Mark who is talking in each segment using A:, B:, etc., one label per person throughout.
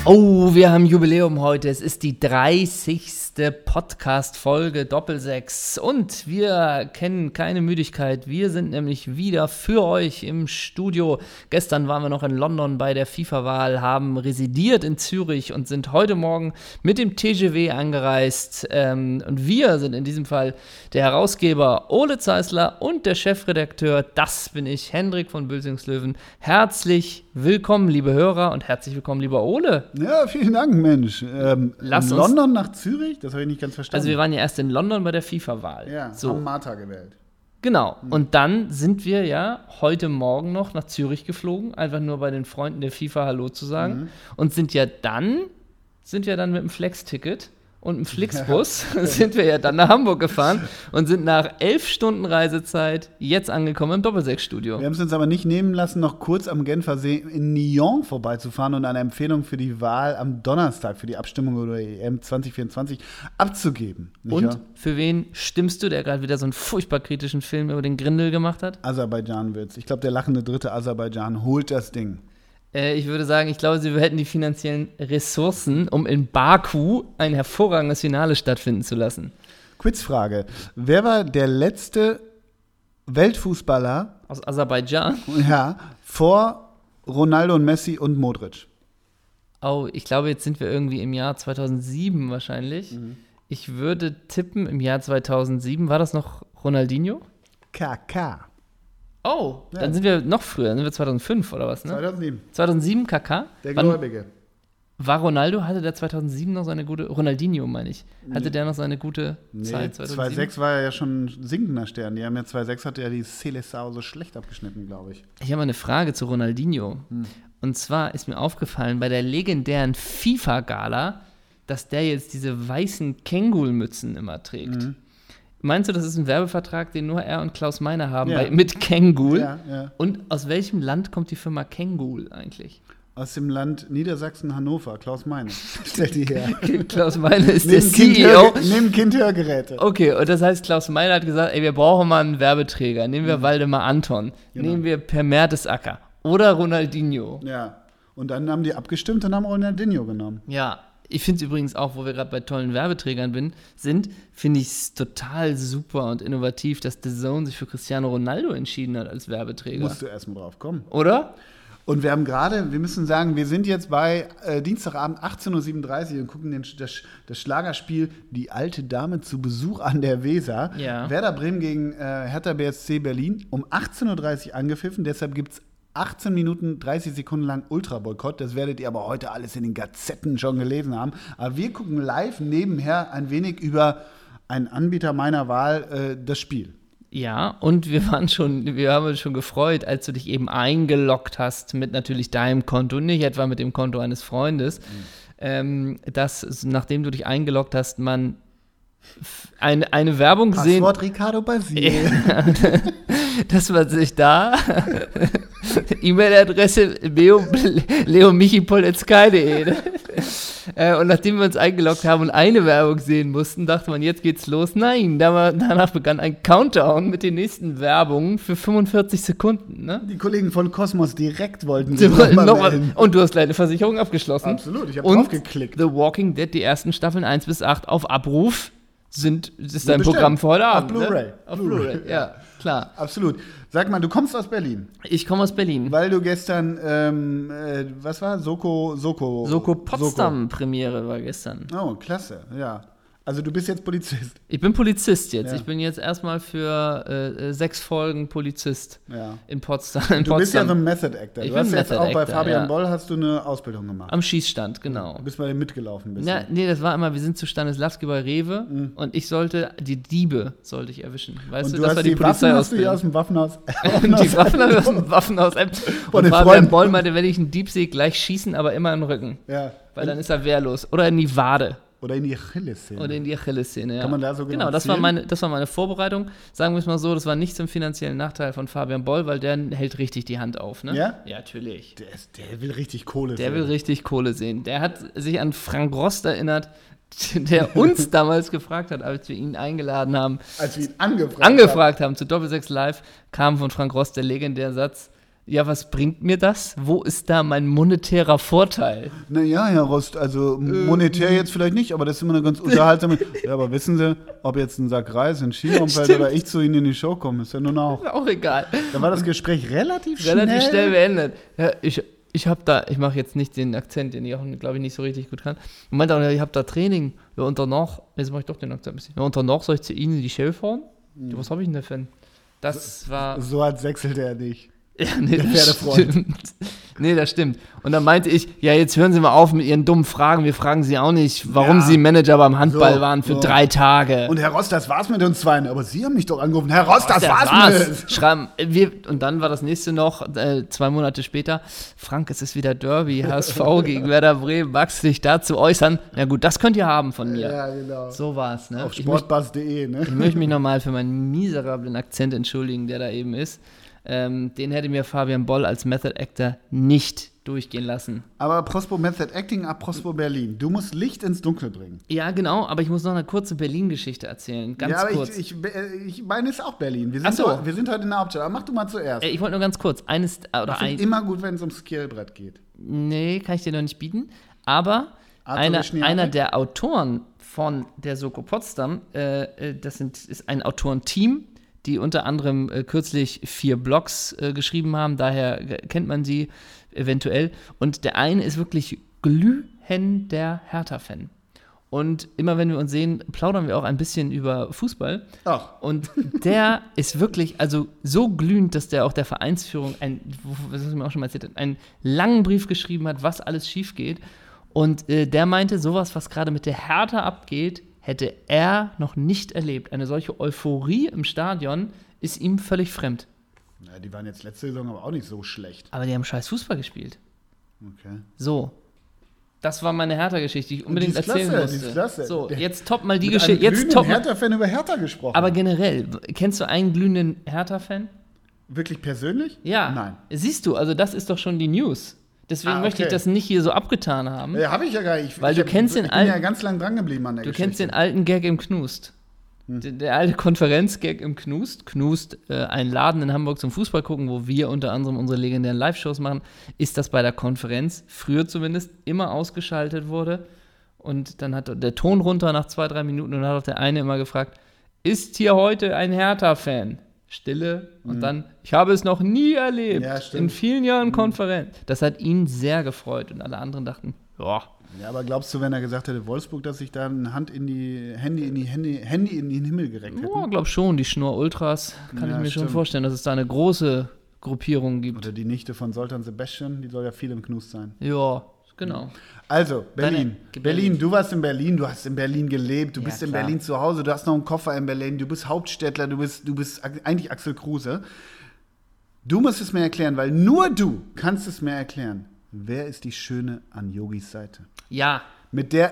A: Oh, wir haben Jubiläum heute. Es ist die 30. Podcast-Folge Doppelsechs. Und wir kennen keine Müdigkeit. Wir sind nämlich wieder für euch im Studio. Gestern waren wir noch in London bei der FIFA-Wahl, haben residiert in Zürich und sind heute Morgen mit dem TGW angereist. Und wir sind in diesem Fall der Herausgeber Ole Zeisler und der Chefredakteur. Das bin ich, Hendrik von Bülzingslöwen. Herzlich willkommen, liebe Hörer, und herzlich willkommen, lieber Ole.
B: Ja, vielen Dank, Mensch. London nach Zürich? Das habe ich nicht ganz verstanden.
A: Also wir waren ja erst in London bei der FIFA-Wahl.
B: Ja,
A: so.
B: Haben Martha gewählt.
A: Genau. Und dann sind wir ja heute Morgen noch nach Zürich geflogen, einfach nur bei den Freunden der FIFA Hallo zu sagen. Und sind wir dann mit dem Flex-Ticket und einem Flixbus sind wir ja dann nach Hamburg gefahren und sind nach 11 Stunden Reisezeit jetzt angekommen im Doppelsechs-Studio.
B: Wir haben es uns aber nicht nehmen lassen, noch kurz am Genfersee in Nyon vorbeizufahren und eine Empfehlung für die Wahl am Donnerstag für die Abstimmung über die EM 2024 abzugeben.
A: Und für wen stimmst du, der gerade wieder so einen furchtbar kritischen Film über den Grindel gemacht hat?
B: Aserbaidschan wird's. Ich glaube, der lachende dritte Aserbaidschan holt das Ding.
A: Ich würde sagen, ich glaube, sie hätten die finanziellen Ressourcen, um in Baku ein hervorragendes Finale stattfinden zu lassen.
B: Quizfrage. Wer war der letzte Weltfußballer
A: aus Aserbaidschan?
B: Ja, vor Ronaldo und Messi und Modric?
A: Oh, ich glaube, jetzt sind wir irgendwie im Jahr 2007 wahrscheinlich. Ich würde tippen, im Jahr 2007, war das noch Ronaldinho?
B: KK.
A: Oh, ja. Dann sind wir noch früher, dann sind wir 2005 oder was, ne?
B: 2007.
A: 2007 KK?
B: Der Gläubige.
A: War Ronaldo, hatte der 2007 noch seine gute, Ronaldinho meine ich, hatte der noch seine gute Zeit 2007?
B: 2006 war er ja schon ein sinkender Stern. Die haben ja 2006 hatte er die Seleção so schlecht abgeschnitten, glaube ich.
A: Ich habe eine Frage zu Ronaldinho. Und zwar ist mir aufgefallen, bei der legendären FIFA-Gala, dass der jetzt diese weißen Kängulmützen immer trägt. Meinst du, das ist ein Werbevertrag, den nur er und Klaus Meiner haben mit Kangol?
B: Ja, ja.
A: Und aus welchem Land kommt die Firma Kangol eigentlich?
B: Aus dem Land Niedersachsen-Hannover, Klaus Meiner. Stellt die her.
A: Klaus Meiner ist der CEO.
B: Neben Kindhörgeräte.
A: Okay, und das heißt, Klaus Meiner hat gesagt, ey, wir brauchen mal einen Werbeträger. Nehmen wir Waldemar Anton. Genau. Nehmen wir Per Mertesacker. Oder Ronaldinho.
B: Ja, und dann haben die abgestimmt und haben Ronaldinho genommen.
A: Ja. Ich finde es übrigens auch, wo wir gerade bei tollen Werbeträgern sind, finde ich es total super und innovativ, dass DAZN sich für Cristiano Ronaldo entschieden hat als Werbeträger.
B: Musst du erstmal drauf kommen.
A: Oder?
B: Und wir müssen sagen, wir sind jetzt bei Dienstagabend 18.37 Uhr und gucken das Schlagerspiel Die alte Dame zu Besuch an der Weser.
A: Ja.
B: Werder Bremen gegen Hertha BSC Berlin um 18.30 Uhr angepfiffen, deshalb gibt es 18 Minuten, 30 Sekunden lang Ultra-Boykott. Das werdet ihr aber heute alles in den Gazetten schon gelesen haben. Aber wir gucken live nebenher ein wenig über einen Anbieter meiner Wahl das Spiel.
A: Ja, und wir haben uns schon gefreut, als du dich eben eingeloggt hast mit natürlich deinem Konto, nicht etwa mit dem Konto eines Freundes, dass, nachdem du dich eingeloggt hast, man eine Werbung sehen.
B: Passwort Ricardo Basile.
A: Dass man sich da E-Mail-Adresse leomichipoletzkai.de und nachdem wir uns eingeloggt haben und eine Werbung sehen mussten, dachte man, jetzt geht's los. Nein, danach begann ein Countdown mit den nächsten Werbungen für 45 Sekunden. Ne?
B: Die Kollegen von Cosmos direkt wollten
A: noch mal. Und du hast deine Versicherung abgeschlossen.
B: Absolut, ich habe drauf geklickt.
A: The Walking Dead, die ersten Staffeln 1 bis 8 auf Abruf ist dein Programm für heute Abend.
B: Auf Blu-ray.
A: Ne? Auf Blu-ray, ja, klar.
B: Absolut. Sag mal, du kommst aus Berlin.
A: Ich komme aus Berlin.
B: Weil du gestern, was war? Soko
A: Potsdam-Premiere war gestern.
B: Oh, klasse, ja. Also du bist jetzt Polizist.
A: Ich bin Polizist jetzt.
B: Ja.
A: Ich bin jetzt erstmal für 6 Folgen Polizist in Potsdam.
B: Du bist ja so ein Method Actor. Du hast jetzt auch bei Fabian Boll hast du eine Ausbildung gemacht.
A: Am Schießstand, genau.
B: Du bist bei dem mitgelaufen.
A: Ja, nee, das war immer, wir sind zu Stanislavski bei Rewe und ich sollte die Diebe erwischen. Weißt
B: und
A: du, das war die
B: Polizei hast du hier aus dem Waffenhaus.
A: Die Waffen aus dem Waffenhaus. Und Fabian Boll meinte, wenn ich einen Dieb sehe, gleich schießen, aber immer im Rücken.
B: Ja.
A: Weil dann ist er wehrlos. Oder in die Wade.
B: Oder in die Achillessehne.
A: Ja.
B: Kann man da so
A: genau das war meine Vorbereitung. Sagen wir es mal so, das war nicht zum finanziellen Nachteil von Fabian Boll, weil der hält richtig die Hand auf. Ne?
B: Ja?
A: Ja, natürlich.
B: Der will richtig Kohle sehen.
A: Der will richtig Kohle sehen. Der hat sich an Frank Rost erinnert, der uns damals gefragt hat, als wir ihn eingeladen haben.
B: Als wir ihn
A: angefragt haben zu Doppelsechs Live, kam von Frank Rost der legendäre Satz, Ja, was bringt mir das? Wo ist da mein monetärer Vorteil?
B: Naja, Herr Rost, also monetär jetzt vielleicht nicht, aber das ist immer eine ganz unterhaltsame. Ja, aber wissen Sie, ob jetzt ein Sack Reis in Skiraum fällt oder ich zu Ihnen in die Show komme, ist ja nun auch.
A: Ist auch egal.
B: Da war das Gespräch relativ
A: schnell beendet. Ja, ich mache jetzt nicht den Akzent, den ich auch, glaube ich, nicht so richtig gut kann. Und meinte auch, ja, ich habe da Training. Ja, und danach, jetzt mache ich doch den Akzent ein bisschen. Ja, und danach soll ich zu Ihnen in die Show fahren? Ja, was habe ich denn dafür? Das war.
B: So hat wechselte er nicht.
A: Ja, nee, das stimmt. Nee, das stimmt. Und dann meinte ich, ja, jetzt hören Sie mal auf mit Ihren dummen Fragen. Wir fragen Sie auch nicht, warum Sie Manager beim Handball waren für 3 Tage.
B: Und Herr Rost, das war's mit uns zweien. Aber Sie haben mich doch angerufen. Herr Rost, das war's mit.
A: Schreiben und dann war das nächste noch, 2 Monate später, Frank, es ist wieder Derby, HSV gegen Werder Bremen. Magst du dich dazu äußern? Na gut, das könnt ihr haben von mir.
B: Ja, genau.
A: So war's, ne?
B: Auf sportbus.de, ne?
A: Ich möchte mich nochmal für meinen miserablen Akzent entschuldigen, der da eben ist. Den hätte mir Fabian Boll als Method Actor nicht durchgehen lassen.
B: Aber Prospo Method Acting, Prospo Berlin. Du musst Licht ins Dunkel bringen.
A: Ja, genau, aber ich muss noch eine kurze Berlin-Geschichte erzählen. Ganz kurz.
B: Ich meine, es ist auch Berlin. Wir sind heute in der Hauptstadt. Aber mach du mal zuerst.
A: Ich wollte nur ganz kurz. Ich
B: finde immer gut, wenn es ums Skillbrett geht.
A: Nee, kann ich dir noch nicht bieten. Aber einer der Autoren von der Soko Potsdam, ist ein Autorenteam, die unter anderem kürzlich 4 Blogs geschrieben haben, daher kennt man sie eventuell. Und der eine ist wirklich glühender Hertha-Fan. Und immer wenn wir uns sehen, plaudern wir auch ein bisschen über Fußball.
B: Ach.
A: Und der ist wirklich also so glühend, dass der auch der Vereinsführung was mir auch schon mal erzählt hat, einen langen Brief geschrieben hat, was alles schief geht. Und der meinte, sowas, was gerade mit der Hertha abgeht, hätte er noch nicht erlebt. Eine solche Euphorie im Stadion ist ihm völlig fremd.
B: Ja, die waren jetzt letzte Saison aber auch nicht so schlecht.
A: Aber die haben scheiß Fußball gespielt.
B: Okay.
A: So. Das war meine Hertha-Geschichte, die ich unbedingt erzählen musste.
B: Die ist klasse.
A: So, jetzt top mal die
B: Geschichte. Jetzt top Hertha-Fan über Hertha gesprochen.
A: Aber generell, kennst du einen glühenden Hertha-Fan?
B: Wirklich persönlich?
A: Ja.
B: Nein.
A: Siehst du, also das ist doch schon die News. Deswegen möchte ich das nicht hier so abgetan haben.
B: Ja, habe ich ja gar nicht.
A: Weil du kennst den alten.
B: Ich bin ja ganz lang dran geblieben an der Geschichte.
A: Du kennst den alten Gag im Knust. Der alte Konferenzgag im Knust. Knust, ein Laden in Hamburg zum Fußball gucken, wo wir unter anderem unsere legendären Live-Shows machen, ist das bei der Konferenz, früher zumindest, immer ausgeschaltet wurde. Und dann hat der Ton runter nach 2-3 Minuten und dann hat auch der eine immer gefragt, ist hier heute ein Hertha-Fan? Stille und dann, ich habe es noch nie erlebt, in vielen Jahren Konferenz. Das hat ihn sehr gefreut und alle anderen dachten, ja.
B: Ja, aber glaubst du, wenn er gesagt hätte, Wolfsburg, dass sich da eine Handy in den Himmel gereckt hätte?
A: Ja, glaub schon, die Schnur-Ultras kann ich mir schon vorstellen, dass es da eine große Gruppierung gibt.
B: Oder die Nichte von Sultan Sebastian, die soll ja viel im Knust sein.
A: Ja, genau.
B: Also, Berlin, du warst in Berlin, du hast in Berlin gelebt, du bist in Berlin zu Hause, du hast noch einen Koffer in Berlin, du bist Hauptstädtler, du bist eigentlich Axel Kruse. Du musst es mir erklären, weil nur du kannst es mir erklären. Wer ist die Schöne an Yogis Seite?
A: Ja.
B: Mit der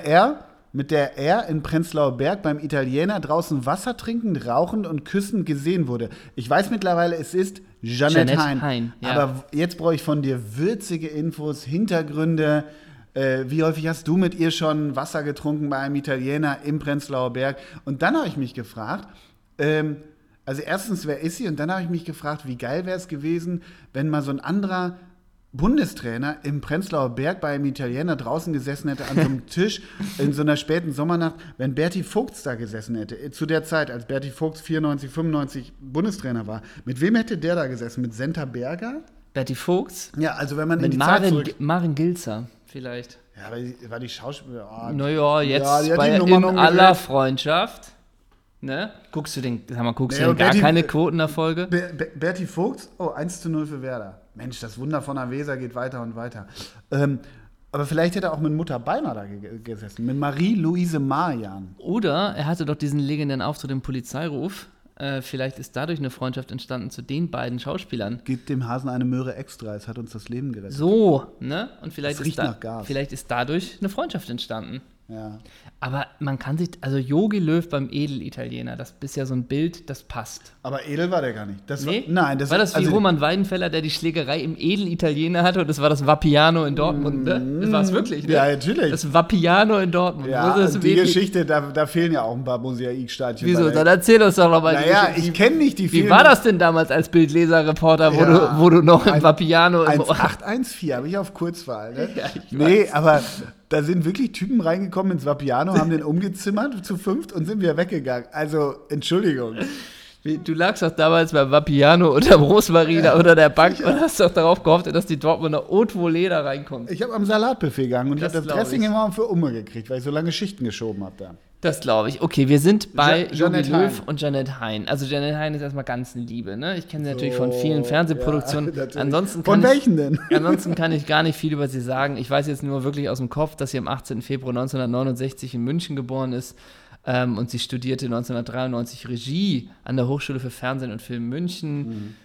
B: er in Prenzlauer Berg beim Italiener draußen Wasser trinkend, rauchend und küssend gesehen wurde. Ich weiß mittlerweile, es ist Jeanette Hein. Ja. Aber jetzt brauche ich von dir würzige Infos, Hintergründe. Wie häufig hast du mit ihr schon Wasser getrunken bei einem Italiener im Prenzlauer Berg? Und dann habe ich mich gefragt, also erstens, wer ist sie? Und dann habe ich mich gefragt, wie geil wäre es gewesen, wenn mal so ein anderer Bundestrainer im Prenzlauer Berg bei einem Italiener draußen gesessen hätte an so einem Tisch in so einer späten Sommernacht, wenn Berti Vogts da gesessen hätte. Zu der Zeit, als Berti Vogts 94, 95 Bundestrainer war. Mit wem hätte der da gesessen? Mit Senta Berger?
A: Berti Vogts?
B: Ja, also wenn man
A: mit
B: in die Zeit zurück...
A: Marin Gilzer vielleicht.
B: Ja, war die Schauspielerin... Oh,
A: naja, jetzt in aller Freundschaft. Ne? Guckst du denn gar keine Quotenerfolge?
B: Berti Vogts, 1:0 für Werder. Mensch, das Wunder von der Weser geht weiter und weiter. Aber vielleicht hätte er auch mit Mutter Beimer da gesessen, mit Marie-Louise Marian.
A: Oder er hatte doch diesen legendären Auftritt im Polizeiruf. Vielleicht ist dadurch eine Freundschaft entstanden zu den beiden Schauspielern.
B: Gib dem Hasen eine Möhre extra, es hat uns das Leben gerettet.
A: So, ne? Und vielleicht
B: riecht nach Gas.
A: Vielleicht ist dadurch eine Freundschaft entstanden.
B: Ja.
A: Aber man kann sich, also Jogi Löw beim Edelitaliener, das ist ja so ein Bild, das passt.
B: Aber edel war der gar nicht.
A: Nee?
B: Nein,
A: War das wie Roman Weidenfeller, der die Schlägerei im Edelitaliener hatte und das war das Vapiano in Dortmund, ne? Das war es wirklich, ne?
B: Ja, natürlich.
A: Das Vapiano in Dortmund.
B: Ja, und die Geschichte, da fehlen ja auch ein paar Mosaiksteinchen.
A: Wieso? Dann erzähl uns doch noch mal die
B: Naja,
A: Geschichte.
B: ich kenne nicht die vielen.
A: Wie war das denn damals als Bildleser-Reporter, wo du noch im Vapiano...
B: 1814 habe ich auf Kurzwahl, ne?
A: Ja, ich
B: nee, aber da sind wirklich Typen reingekommen ins Vapiano, haben den umgezimmert zu 5 und sind wieder weggegangen. Also, Entschuldigung.
A: Du lagst doch damals beim Vapiano unterm Rosmarin oder der Bank und hast doch darauf gehofft, dass die Dortmunder Haute-Volée da reinkommt.
B: Ich habe am Salatbuffet gegangen und ich habe das Dressing
A: ich.
B: immer für Umme gekriegt, weil ich so lange Schichten geschoben habe da.
A: Das glaube ich. Okay, wir sind bei
B: Jeanette
A: Jogi Löw
B: Hein.
A: und Jeanette Hein. Also Jeanette Hein ist erstmal ganz eine Liebe, ne? Ich kenne sie natürlich von vielen Fernsehproduktionen.
B: Ja, natürlich.
A: Ansonsten
B: Von welchen denn?
A: Ansonsten kann ich gar nicht viel über sie sagen. Ich weiß jetzt nur wirklich aus dem Kopf, dass sie am 18. Februar 1969 in München geboren ist. Und sie studierte 1993 Regie an der Hochschule für Fernsehen und Film München.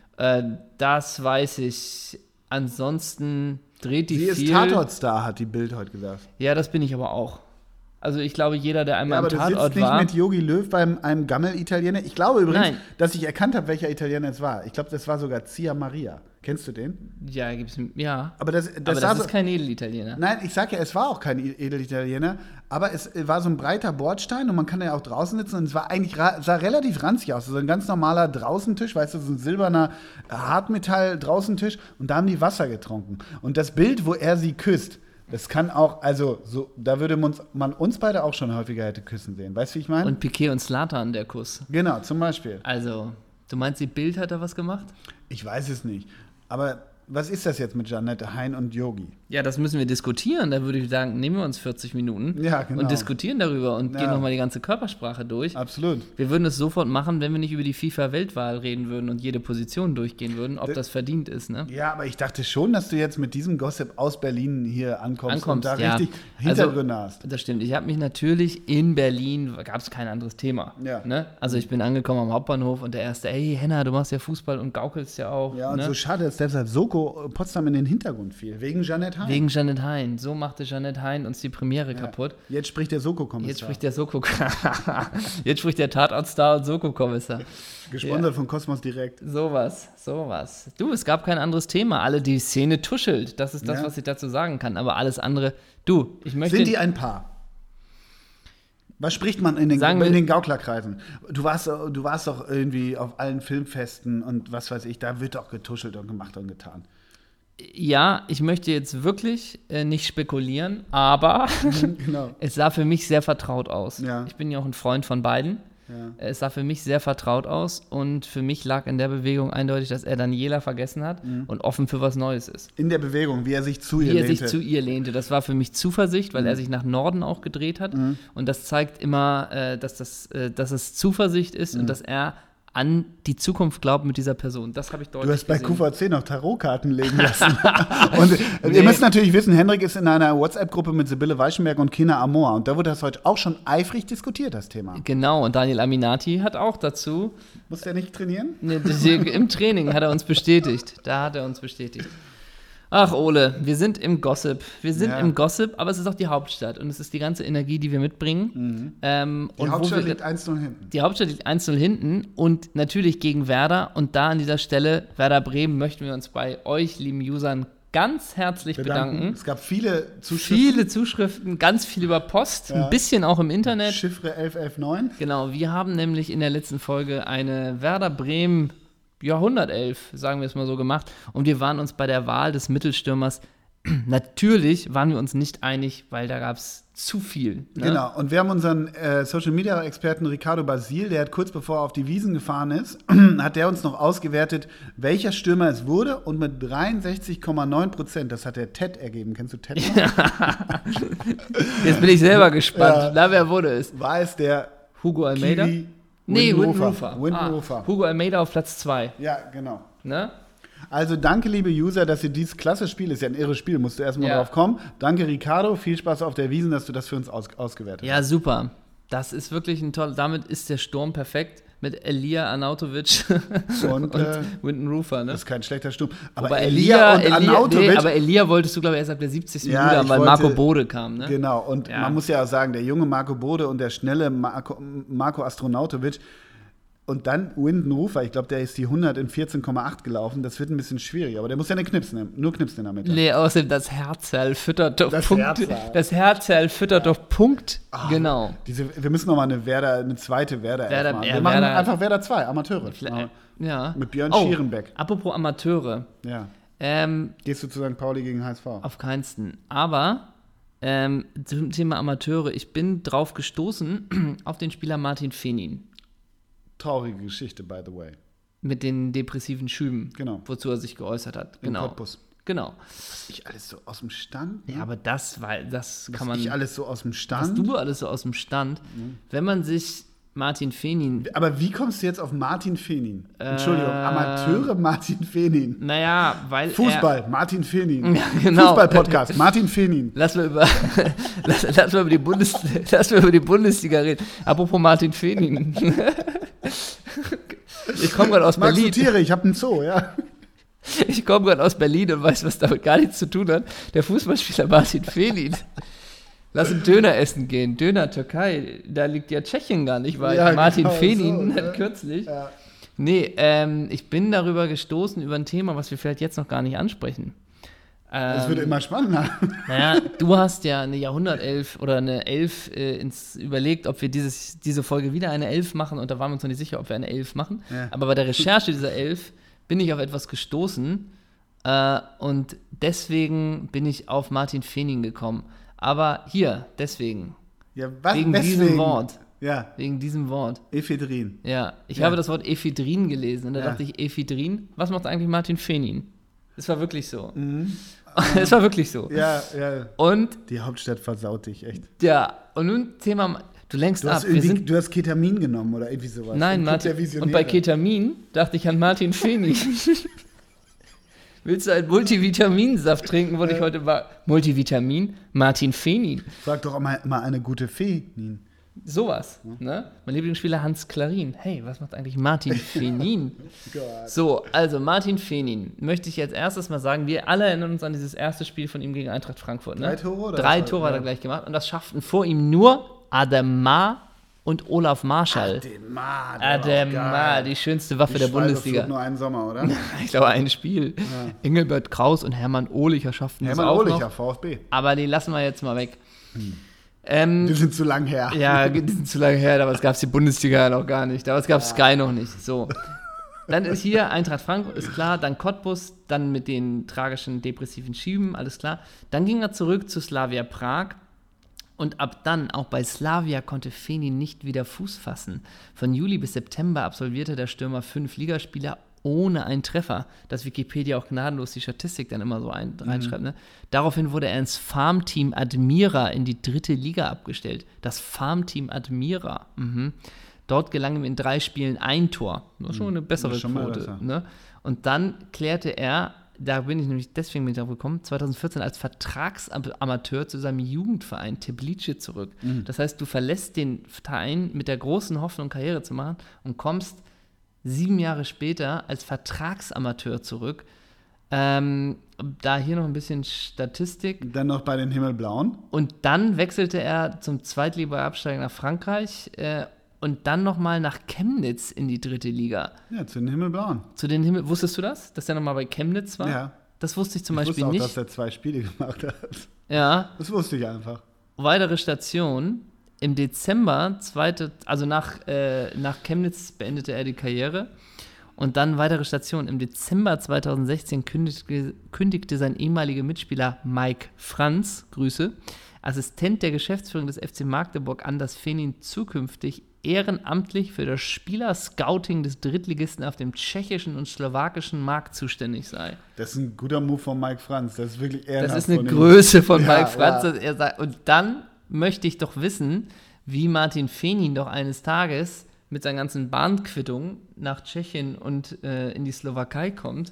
A: Das weiß ich. Ansonsten dreht die viel.
B: Sie ist Tatortstar, hat die Bild heute gesagt.
A: Ja, das bin ich aber auch. Also ich glaube, jeder, der einmal
B: Ja, aber
A: im
B: du sitzt
A: Tatort
B: nicht
A: war...
B: mit Jogi Löw bei einem Gammel-Italiener. Ich glaube übrigens,
A: Nein.
B: dass ich erkannt habe, welcher Italiener es war. Ich glaube, das war sogar Zia Maria. Kennst du den?
A: Ja, gibt's, ja.
B: Aber das
A: ist kein Edelitaliener.
B: Nein, ich sag ja, es war auch kein Edelitaliener, aber es war so ein breiter Bordstein und man kann ja auch draußen sitzen und es war eigentlich sah relativ ranzig aus. So ein ganz normaler Draußentisch, weißt du, so ein silberner Hartmetall-Draußentisch und da haben die Wasser getrunken. Und das Bild, wo er sie küsst, das kann auch, also so, da würde man uns beide auch schon häufiger hätte küssen sehen. Weißt du, wie ich meine?
A: Und Piquet und Zlatan, der Kuss.
B: Genau, zum Beispiel.
A: Also, du meinst, die Bild hat da was gemacht?
B: Ich weiß es nicht. Aber was ist das jetzt mit Jeanette Hein und Yogi?
A: Ja, das müssen wir diskutieren. Da würde ich sagen, nehmen wir uns 40 Minuten
B: Ja, genau.
A: und diskutieren darüber und gehen nochmal die ganze Körpersprache durch.
B: Absolut.
A: Wir würden es sofort machen, wenn wir nicht über die FIFA-Weltwahl reden würden und jede Position durchgehen würden, ob das verdient ist, ne?
B: Ja, aber ich dachte schon, dass du jetzt mit diesem Gossip aus Berlin hier ankommst und da
A: ja.
B: richtig Hintergründe hast.
A: Das stimmt. Ich habe mich natürlich in Berlin, gab es kein anderes Thema.
B: Ja.
A: Ne? Also ich bin angekommen am Hauptbahnhof und der erste, hey Henna, du machst ja Fußball und gaukelst ja auch.
B: Ja, und
A: ne?
B: so schade, dass deshalb Soko Potsdam in den Hintergrund fiel, wegen Jeanette Hein.
A: Wegen Jeanette Hein. So machte Jeanette Hein uns die Premiere kaputt.
B: Jetzt spricht der Soko-Kommissar.
A: Jetzt spricht der Soko. Jetzt spricht der Tatortstar und Soko-Kommissar.
B: Gesponsert von Cosmos Direkt.
A: Sowas. Du, es gab kein anderes Thema. Die Szene tuschelt. Das ist das, was ich dazu sagen kann. Aber alles andere, ich möchte...
B: Sind die ein Paar? Was spricht man in den Gauklerkreisen? Du warst doch irgendwie auf allen Filmfesten und was weiß ich, da wird doch getuschelt und gemacht und getan.
A: Ja, ich möchte jetzt wirklich nicht spekulieren, aber
B: Genau.
A: es sah für mich sehr vertraut aus.
B: Ja.
A: Ich bin ja auch ein Freund von beiden.
B: Ja.
A: Es sah für mich sehr vertraut aus und für mich lag in der Bewegung eindeutig, dass er Daniela vergessen hat und offen für was Neues ist.
B: In der Bewegung, wie er sich zu ihr
A: Wie er
B: lehnte.
A: sich zu ihr lehnte. Das war für mich Zuversicht, weil er sich nach Norden auch gedreht hat. Und das zeigt immer, dass es Zuversicht ist und dass er an die Zukunft glaubt mit dieser Person. Das habe ich deutlich
B: Du hast bei
A: gesehen.
B: QVC noch Tarotkarten legen lassen. Und ihr müsst natürlich wissen, Henrik ist in einer WhatsApp-Gruppe mit Sibylle Weichenberg und Kina Amor. Und da wurde das heute auch schon eifrig diskutiert, das Thema.
A: Genau, und Daniel Aminati hat auch dazu,
B: Muss der nicht trainieren?
A: im Training hat er uns bestätigt. Da hat er uns bestätigt. Ach, Ole, wir sind im Gossip. Im Gossip, aber es ist auch die Hauptstadt. Und es ist die ganze Energie, die wir mitbringen.
B: Die Hauptstadt liegt 1-0 hinten.
A: Die Hauptstadt liegt 1-0 hinten und natürlich gegen Werder. Und da an dieser Stelle, Werder Bremen, möchten wir uns bei euch, lieben Usern, ganz herzlich bedanken.
B: Es gab viele
A: Zuschriften, ganz viel über Post, ein bisschen auch im Internet.
B: Chiffre 11119.
A: Genau, wir haben nämlich in der letzten Folge eine Werder Bremen Jahrhundertelf, sagen wir es mal so, gemacht. Und wir waren uns bei der Wahl des Mittelstürmers, natürlich waren wir uns nicht einig, weil da gab es zu viel. Ne?
B: Genau, und wir haben unseren Social-Media-Experten Ricardo Basil, der hat kurz bevor er auf die Wiesn gefahren ist, hat der uns noch ausgewertet, welcher Stürmer es wurde und mit 63,9%, das hat der Ted ergeben. Kennst du Ted noch?
A: Jetzt bin ich selber gespannt.
B: Ja.
A: Na, wer wurde es?
B: War es der
A: Hugo Almeida?
B: Kiwi
A: Windenhofer.
B: Windenhofer.
A: Hugo Almeida auf Platz 2.
B: Ja, genau.
A: Ne?
B: Also danke, liebe User, dass ihr dieses klasse Spiel, ist ja ein irres Spiel, musst du erstmal drauf kommen. Danke, Ricardo, viel Spaß auf der Wiesn, dass du das für uns ausgewertet hast.
A: Ja, super. Das ist wirklich ein toll. Damit ist der Sturm perfekt. mit Elia Arnautovic und Winton Rufer, ne?
B: Das ist kein schlechter Sturm. Aber
A: Wobei
B: Elia und Arnautovic...
A: aber Elia wolltest du, glaube ich, erst ab der 70. Minute haben, weil Marco Bode kam, ne?
B: Genau, und man muss ja auch sagen, der junge Marco Bode und der schnelle Marco Astronautovic und dann Winton Rufer, ich glaube, der ist die 100 in 14,8 gelaufen, das wird ein bisschen schwierig, aber der muss ja nur knipsen in der Mitte.
A: Nee, außerdem das Herzerl füttert doch Punkt. Das Herzerl füttert doch Punkt, genau.
B: Wir müssen nochmal eine zweite Werder machen. Wir machen einfach Werder 2, Amateure.
A: Ja.
B: Mit Björn Schierenbeck.
A: Apropos Amateure.
B: Ja. Gehst du zu St. Pauli gegen HSV?
A: Auf keinsten. Aber zum Thema Amateure, ich bin drauf gestoßen auf den Spieler Martin Fenin.
B: Traurige Geschichte, by the way.
A: Mit den depressiven Schüben,
B: genau.
A: Wozu er sich geäußert hat. Genau.
B: In Cottbus.
A: Genau.
B: Ich alles so aus dem Stand? Ne?
A: Ja, aber das kann man...
B: Ich alles so aus dem Stand?
A: Was du alles so aus dem Stand? Wenn man sich Martin Fenin...
B: Aber wie kommst du jetzt auf Martin Fenin? Entschuldigung, Amateure Martin Fenin.
A: Naja, weil
B: Fußball, Martin Fenin.
A: Ja, genau.
B: Fußball-Podcast, Martin Fenin.
A: Lass mal über die Bundesliga reden. Apropos Martin Fenin. Ich komme gerade aus Berlin.
B: Magst du Tiere? Ich habe einen Zoo, ja.
A: Ich komme gerade aus Berlin und weiß, was damit gar nichts zu tun hat. Der Fußballspieler Martin Fenin. Lass einen Döner essen gehen. Döner Türkei, da liegt ja Tschechien gar nicht weit. Ja, Martin genau Fenin hat kürzlich. Ja. Nee, ich bin darüber gestoßen, über ein Thema, was wir vielleicht jetzt noch gar nicht ansprechen.
B: Das wird immer spannender.
A: Naja, du hast ja eine Jahrhundertelf oder eine Elf überlegt, ob wir diese Folge wieder eine Elf machen, und da waren wir uns noch nicht sicher, ob wir eine Elf machen. Ja. Aber bei der Recherche dieser Elf bin ich auf etwas gestoßen und deswegen bin ich auf Martin Fenin gekommen. Aber hier, deswegen.
B: Ja, was?
A: Wegen diesem Wort.
B: Ja.
A: Wegen diesem Wort.
B: Ephedrin.
A: Ja, ich habe das Wort Ephedrin gelesen und da dachte ich, Ephedrin, was macht eigentlich Martin Fenin? Das war wirklich so.
B: Mhm.
A: Es war wirklich so.
B: Ja.
A: Und
B: die Hauptstadt versaut dich, echt.
A: Ja, und nun Thema, du lenkst ab.
B: Du hast Ketamin genommen oder irgendwie sowas.
A: Nein, Martin, und bei Ketamin dachte ich an Martin Fenin. Willst du einen Multivitaminsaft trinken, wollte ich heute mal. Multivitamin, Martin Fenin.
B: Frag doch mal eine gute Fenin.
A: Sowas, ne? Mein Lieblingsspieler Hans Klarin. Hey, was macht eigentlich Martin Fenin? So, also Martin Fenin, möchte ich jetzt erstes mal sagen, wir alle erinnern uns an dieses erste Spiel von ihm gegen Eintracht Frankfurt. Ne?
B: 3 Tore? Oder
A: 3 Tore hat er gleich gemacht und das schafften vor ihm nur Ademar und Olaf Marschall. Ademar, die schönste Waffe der Bundesliga.
B: Nur einen Sommer, oder?
A: Ich glaube, ein Spiel. Ja. Engelbert Kraus und Hermann Ohlicher schafften das auch noch.
B: Hermann Ohlicher, VfB.
A: Aber die lassen wir jetzt mal weg.
B: Die sind zu lang her.
A: Ja, die sind zu lange her. Damals gab es die Bundesliga noch gar nicht. Damals gab es Sky noch nicht. So. Dann ist hier Eintracht Frankfurt, ist klar. Dann Cottbus, dann mit den tragischen, depressiven Schieben, alles klar. Dann ging er zurück zu Slavia Prag. Und ab dann, auch bei Slavia, konnte Fenin nicht wieder Fuß fassen. Von Juli bis September absolvierte der Stürmer 5 Ligaspiele ohne einen Treffer. Dass Wikipedia auch gnadenlos die Statistik dann immer so reinschreibt. Ne? Daraufhin wurde er ins Farmteam Admira in die 3. Liga abgestellt. Das Farmteam Admira. Dort gelang ihm in 3 Spielen ein Tor. Das ist schon eine bessere Quote. Ne? Und dann klärte er, da bin ich nämlich deswegen mit drauf gekommen, 2014 als Vertragsamateur zu seinem Jugendverein Teplice zurück. Das heißt, du verlässt den Verein mit der großen Hoffnung, Karriere zu machen und kommst 7 Jahre später als Vertragsamateur zurück. Da hier noch ein bisschen Statistik.
B: Dann noch bei den Himmelblauen.
A: Und dann wechselte er zum Zweitliga-Absteiger nach Frankreich und dann nochmal nach Chemnitz in die 3. Liga.
B: Ja, zu den Himmelblauen.
A: Wusstest du das? Dass er nochmal bei Chemnitz war?
B: Ja.
A: Das wusste ich zum Beispiel nicht.
B: Ich wusste auch, dass er 2 Spiele gemacht hat.
A: Ja.
B: Das wusste ich einfach.
A: Weitere Station. Im Dezember, nach Chemnitz beendete er die Karriere. Und dann weitere Station. Im Dezember 2016 kündigte sein ehemaliger Mitspieler Mike Franz, Grüße, Assistent der Geschäftsführung des FC Magdeburg an, dass Fenin zukünftig ehrenamtlich für das Spielerscouting des Drittligisten auf dem tschechischen und slowakischen Markt zuständig sei.
B: Das ist ein guter Move von Mike Franz. Das ist wirklich ehrenhaft.
A: Das ist eine Größe von Mike Franz, dass er sagt. Und dann möchte ich doch wissen, wie Martin Fenin doch eines Tages mit seinen ganzen Bahnquittungen nach Tschechien und in die Slowakei kommt.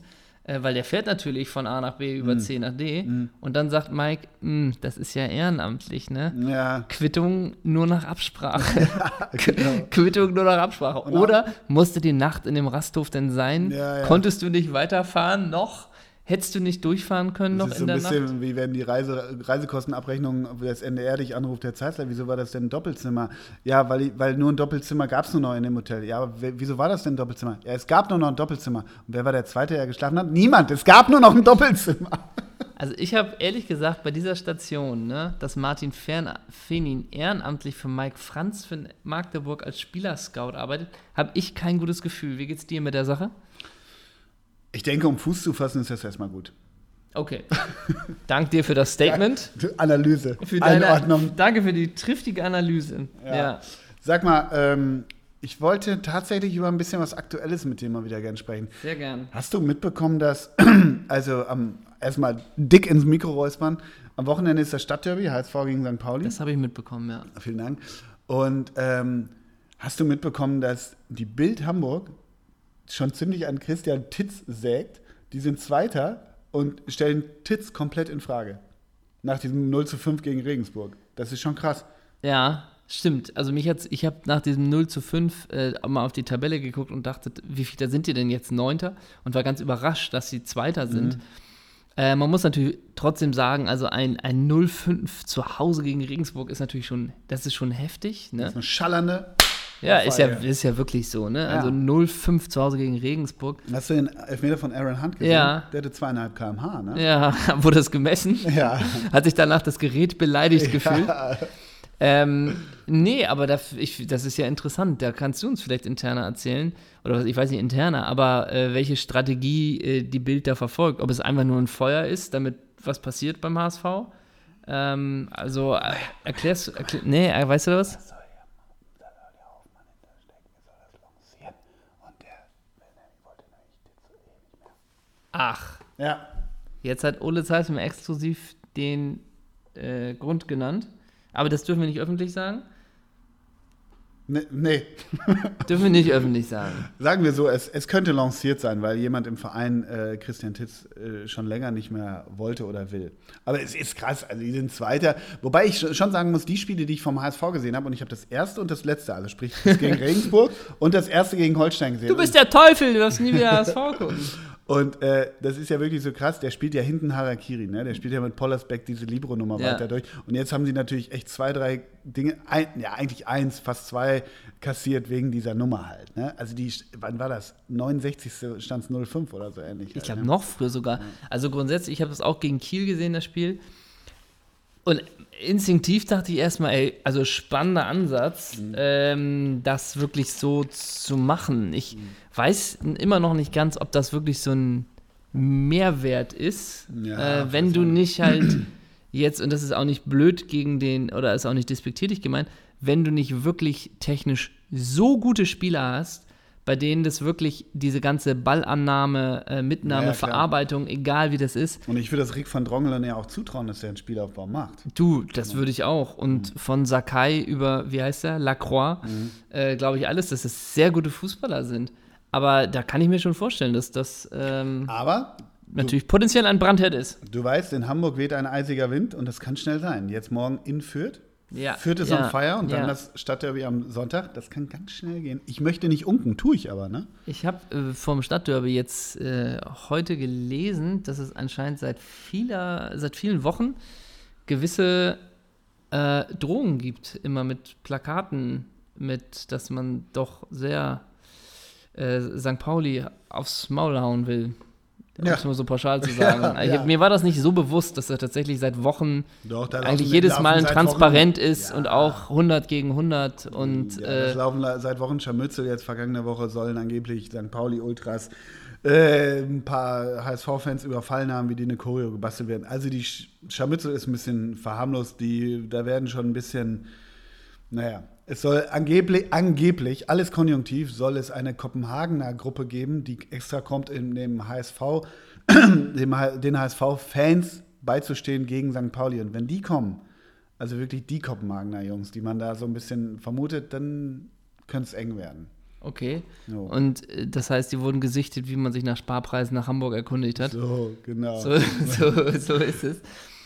A: weil der fährt natürlich von A nach B über C nach D. Und dann sagt Mike, das ist ja ehrenamtlich, ne?
B: Ja.
A: Quittung nur nach Absprache.
B: Genau.
A: Quittung nur nach Absprache.
B: Und
A: Oder musste die Nacht in dem Rasthof denn sein?
B: Ja, ja.
A: Konntest du nicht weiterfahren noch? Hättest du nicht durchfahren können noch
B: Das ist
A: in
B: so ein
A: der
B: bisschen,
A: Nacht?
B: wie wenn die Reisekostenabrechnung, das NDR dich anruft, Herr Zeissler, wieso war das denn ein Doppelzimmer? Ja, weil nur ein Doppelzimmer gab es nur noch in dem Hotel. Ja, aber wieso war das denn ein Doppelzimmer? Ja, es gab nur noch ein Doppelzimmer. Und wer war der Zweite, der geschlafen hat? Niemand, es gab nur noch ein Doppelzimmer.
A: Also ich habe ehrlich gesagt bei dieser Station, ne, dass Martin Fenin ehrenamtlich für Mike Franz für Magdeburg als Spielerscout arbeitet, habe ich kein gutes Gefühl. Wie geht's dir mit der Sache?
B: Ich denke, um Fuß zu fassen, ist das erstmal gut.
A: Okay. Dank dir für das Statement.
B: Analyse,
A: Für deine,
B: Einordnung.
A: danke für die triftige Analyse. Ja.
B: Sag mal, ich wollte tatsächlich über ein bisschen was Aktuelles mit dir mal wieder gern sprechen.
A: Sehr gern.
B: Hast du mitbekommen, dass, also erstmal dick ins Mikro räuspern, am Wochenende ist das Stadtderby, HSV gegen St. Pauli?
A: Das habe ich mitbekommen, ja.
B: Vielen Dank. Und hast du mitbekommen, dass die Bild Hamburg schon ziemlich an Christian Titz sägt? Die sind Zweiter und stellen Titz komplett in Frage. Nach diesem 0:5 gegen Regensburg. Das ist schon krass.
A: Ja, stimmt. Also ich habe nach diesem 0:5 mal auf die Tabelle geguckt und dachte, wie viel da sind die denn jetzt? Neunter? Und war ganz überrascht, dass sie Zweiter sind. Man muss natürlich trotzdem sagen, also ein 0:5 zu Hause gegen Regensburg ist natürlich schon, das ist schon heftig. Ne?
B: Das ist eine schallernde.
A: Ja, ist
B: Ohrfeige.
A: ja wirklich so. Ne?
B: Ja.
A: Also 0:5 zu Hause gegen Regensburg.
B: Hast du den Elfmeter von Aaron Hunt gesehen?
A: Ja.
B: Der hatte 2,5 km/h, ne?
A: Ja, wurde es gemessen.
B: Ja.
A: Hat sich danach das Gerät beleidigt gefühlt. Nee, aber das ist ja interessant. Da kannst du uns vielleicht interner erzählen. Oder ich weiß nicht interner, aber welche Strategie die Bild da verfolgt. Ob es einfach nur ein Feuer ist, damit was passiert beim HSV. Nee, weißt du was? Ach,
B: Ja.
A: jetzt hat Ole Zeiss mir exklusiv den Grund genannt. Aber das dürfen wir nicht öffentlich sagen?
B: Nee.
A: Dürfen wir nicht öffentlich sagen.
B: Sagen wir so, es könnte lanciert sein, weil jemand im Verein Christian Titz schon länger nicht mehr wollte oder will. Aber es ist krass, also die sind Zweiter. Wobei ich schon sagen muss, die Spiele, die ich vom HSV gesehen habe, und ich habe das erste und das letzte, also sprich das gegen Regensburg und das erste gegen Holstein gesehen.
A: Du bist der Teufel, du darfst nie wieder HSV gucken.
B: Und das ist ja wirklich so krass, der spielt ja hinten Harakiri, ne? Der spielt ja mit Pollersbeck diese Libero-Nummer weiter durch. Und jetzt haben sie natürlich echt 2, 3 Dinge, eigentlich 1, fast 2 kassiert wegen dieser Nummer halt. Ne? Also wann war das? 69. stand es 0:5 oder so ähnlich.
A: Ich glaube noch früher sogar. Also grundsätzlich, ich habe das auch gegen Kiel gesehen, das Spiel. Und instinktiv dachte ich erstmal, ey, also spannender Ansatz, das wirklich so zu machen. Ich weiß immer noch nicht ganz, ob das wirklich so ein Mehrwert ist,
B: Ja,
A: wenn du nicht halt jetzt, und das ist auch nicht blöd gegen den, oder ist auch nicht despektierlich gemeint, wenn du nicht wirklich technisch so gute Spieler hast, bei denen das wirklich diese ganze Ballannahme, Mitnahme,
B: Ja, klar.
A: Verarbeitung, egal wie das ist.
B: Und ich würde das Rick van Drongelen ja auch zutrauen, dass er einen Spielaufbau macht.
A: Du, das würde ich auch. Und von Sakai über, wie heißt der, Lacroix, glaube ich alles, dass das sehr gute Fußballer sind. Aber da kann ich mir schon vorstellen, dass das
B: Aber
A: natürlich potenziell ein Brandherd ist.
B: du weißt, in Hamburg weht ein eisiger Wind und das kann schnell sein. Jetzt morgen in Fürth.
A: Ja,
B: Fürth ist
A: ja,
B: on fire und
A: ja.
B: dann das Stadtderby am Sonntag. Das kann ganz schnell gehen. Ich möchte nicht unken, tue ich aber, ne?
A: Ich habe vom Stadtderby jetzt heute gelesen, dass es anscheinend seit vielen Wochen gewisse Drohungen gibt, immer mit Plakaten, dass man doch sehr St. Pauli aufs Maul hauen will. Um
B: Ja.
A: es mal so pauschal zu sagen.
B: Ja.
A: Mir war das nicht so bewusst, dass er tatsächlich seit Wochen
B: Doch, da
A: eigentlich
B: laufen-
A: jedes
B: laufen
A: Mal
B: seit
A: transparent
B: Wochen-
A: ist
B: Ja.
A: und auch 100 gegen 100 und
B: Ja, das laufen seit Wochen Scharmützel. Jetzt vergangene Woche sollen angeblich St. Pauli-Ultras ein paar HSV-Fans überfallen haben, wie die eine Choreo gebastelt werden. Also die Scharmützel ist ein bisschen verharmlost. Da werden schon ein bisschen, naja, es soll angeblich, alles konjunktiv, soll es eine Kopenhagener Gruppe geben, die extra kommt, in dem HSV, den HSV-Fans beizustehen gegen St. Pauli. Und wenn die kommen, also wirklich die Kopenhagener Jungs, die man da so ein bisschen vermutet, dann könnte es eng werden.
A: Okay.
B: Jo.
A: Und das heißt, die wurden gesichtet, wie man sich nach Sparpreisen nach Hamburg erkundigt hat.
B: So, genau.
A: So ist es.